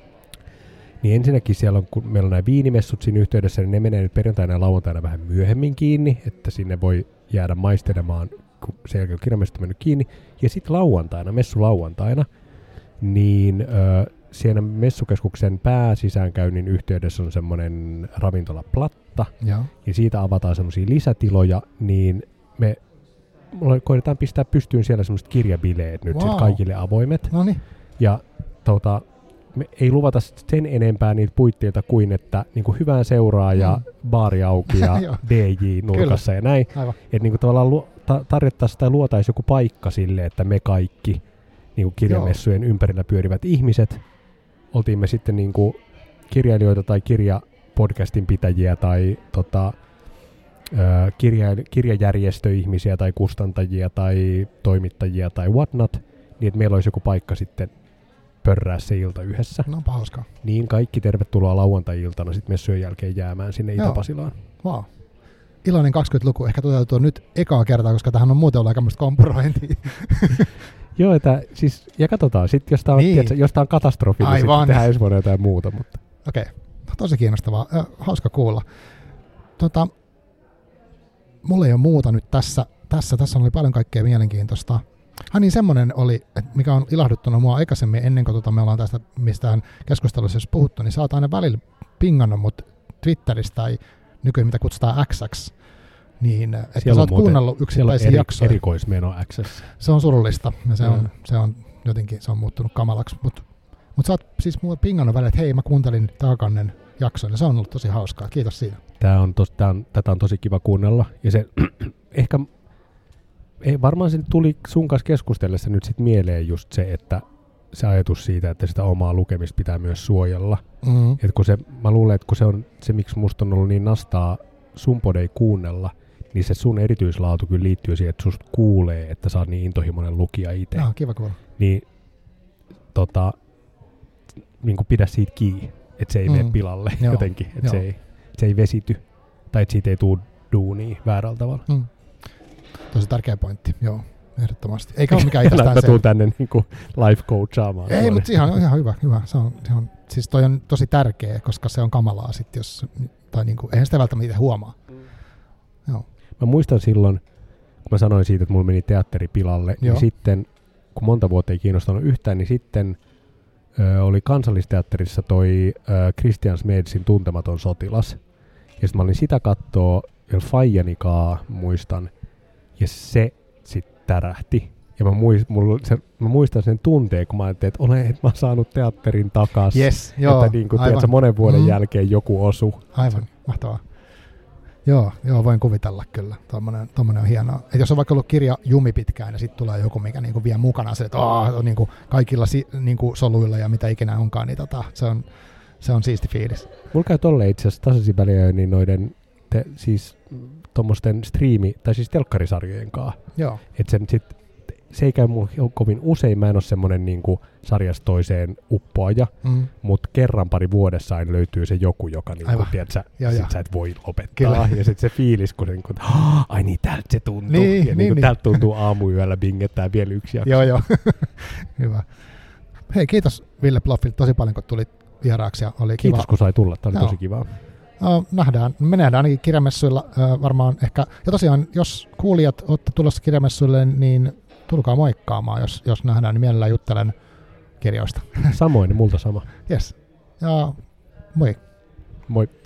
niin ensinnäkin siellä on, kun meillä on nämä viinimessut siinä yhteydessä, niin ne menee nyt perjantaina ja lauantaina vähän myöhemmin kiinni, että sinne voi jäädä maistelemaan, kun sen jälkeen kirjamessut on mennyt kiinni. Ja sitten lauantaina, messu lauantaina, niin ö, siinä Messukeskuksen pääsisäänkäynnin yhteydessä on semmoinen ravintolaplatta, ja, ja siitä avataan semmoisia lisätiloja, niin me koitetaan pistää pystyyn siellä semmoiset kirjabileet nyt wow. sit kaikille avoimet. Noniin. Ja tota, me ei luvata sen enempää niitä puitteita kuin, että niinku hyvää seuraa ja mm. baari auki ja D J-nurkassa ja näin. Että niinku tavallaan lu- ta- tarjottaisiin tai luotaisiin joku paikka sille, että me kaikki niinku kirjamessujen Joo. ympärillä pyörivät ihmiset, oltiin me sitten niinku kirjailijoita tai kirjapodcastin pitäjiä tai tota, ö, kirja, kirjajärjestöihmisiä tai kustantajia tai toimittajia tai whatnot, niin että meillä olisi joku paikka sitten pörrää se ilta yhdessä. No hauskaa. Niin kaikki tervetuloa lauantai-iltana sitten messujen jälkeen jäämään sinne Itä-Pasilaan. Wow. Iloinen kaksikymmentä-luku ehkä toteutuu nyt ekaa kertaa, koska tähän on muuten ollut aikamoista kompurointia. Joo, että siis, ja katsotaan sitten, jos tämä on, niin. on katastrofi, niin sitten tehdään ensi vuonna jotain muuta. Mutta. Okei, okay. Tosi kiinnostavaa. Äh, hauska kuulla. Tota, mulla ei ole muuta nyt tässä. Tässä, tässä oli paljon kaikkea mielenkiintoista. Ah niin, semmoinen oli, että mikä on ilahduttanut mua aikaisemmin, ennen kuin tota me ollaan tästä mistään keskustelussa jos puhuttu, niin sä oot aina välillä pingannut mut Twitteristä tai nykyään mitä kutsutaan X X. Niin, että sä oot kuunnellut yksittäisiä eri, jaksoja. Erikoismeno X X. Se on surullista ja se, mm. on, se on jotenkin se on muuttunut kamalaksi. Mutta mut sä oot siis mua pingannut välillä, että hei mä kuuntelin Taakannen jakson ja se on ollut tosi hauskaa. Kiitos siitä. Tää on tos, tää on, tätä on tosi kiva kuunnella ja se ehkä ei, varmaan se tuli sun kanssa keskustellessa nyt sit mieleen just se, että se ajatus siitä, että sitä omaa lukemista pitää myös suojella. Mm. Et kun se, mä luulen, että kun se on se, miksi musta on ollut niin nastaa sun podei kuunnella, niin se sun erityislaatu kyllä liittyy siihen, että susta kuulee, että sä oot niin intohimoinen lukija itse. No, kiva kuulla. Niin tota, niin kuin pidä siitä kiinni, että se ei mm. mene pilalle Joo. jotenkin, että se ei, se ei vesity tai että siitä ei tule duunia väärällä tavalla. Mm. Tosi tärkeä pointti, joo, ehdottomasti. Eikä ole mikään itsestään se. Mä tuun tänne niin kuin life coachaamaan. Ei, mutta ihan, ihan hyvä, hyvä. Se on, se on, siis toi on tosi tärkeä, koska se on kamalaa sitten, jos, tai niin kuin, eihän sitä välttämättä itse huomaa. Mm. Joo. Mä muistan silloin, kun mä sanoin siitä, että mulla meni teatteri pilalle, joo. niin sitten, kun monta vuotta ei kiinnostanut yhtään, niin sitten ö, oli Kansallisteatterissa toi ö, Christian Smedsin Tuntematon sotilas. Ja sitten mä olin sitä kattoo, vielä Fajanikaa muistan, ja se sitten tärähti. Ja mä, muist, mulla, se, mä muistan sen tunteen, kun mä ajattelin, että olen, että mä oon saanut teatterin takas. Yes, joo, että niin kuin, tiedätkö, monen vuoden mm. jälkeen joku osu. Aivan, mahtavaa. Joo, joo, voin kuvitella kyllä. Tommonen, tommonen on hienoa. Et jos on vaikka ollut kirja jumi pitkään ja sitten tulee joku, mikä niinku vie mukana se, että oh, on niinku kaikilla si, niinku soluilla ja mitä ikinä onkaan, niin tota, se, on, se on siisti fiilis. Mulla käy tolle itse asiassa tasaisin väliä niin noiden te, siis tuommoisten striimi- tai siis telkkarisarjojen kanssa. Joo. Että sen sit, se ei käy mulla kovin usein, mä en ole semmonen niinku sarjasta toiseen uppoaja, mm. mutta kerran pari vuodessa aina löytyy se joku, joka niinku, tiedät sä, ja, sit ja. sä et voi lopettaa. Kyllä. Ja sit se fiilis, kun, niinku, ai niin, tältä se tuntuu. Niin, ja niin, niinku, niin. tältä tuntuu aamuyöllä bingettää vielä yksi jakso. Joo, joo. Hyvä. Hei, kiitos Ville Bloffilta tosi paljon, kun tulit vieraaksi ja oli kiva. Kiitos, kun sai tulla. Tämä oli Joo. tosi kivaa. Uh, nähdään. Me nähdään ainakin kirjamessuilla uh, varmaan ehkä. Ja tosiaan, jos kuulijat olette tulossa kirjamessuille, niin tulkaa moikkaamaan. Jos, jos nähdään, niin mielellään juttelen kirjoista. Samoin, multa sama. Yes. Ja moi. Moi.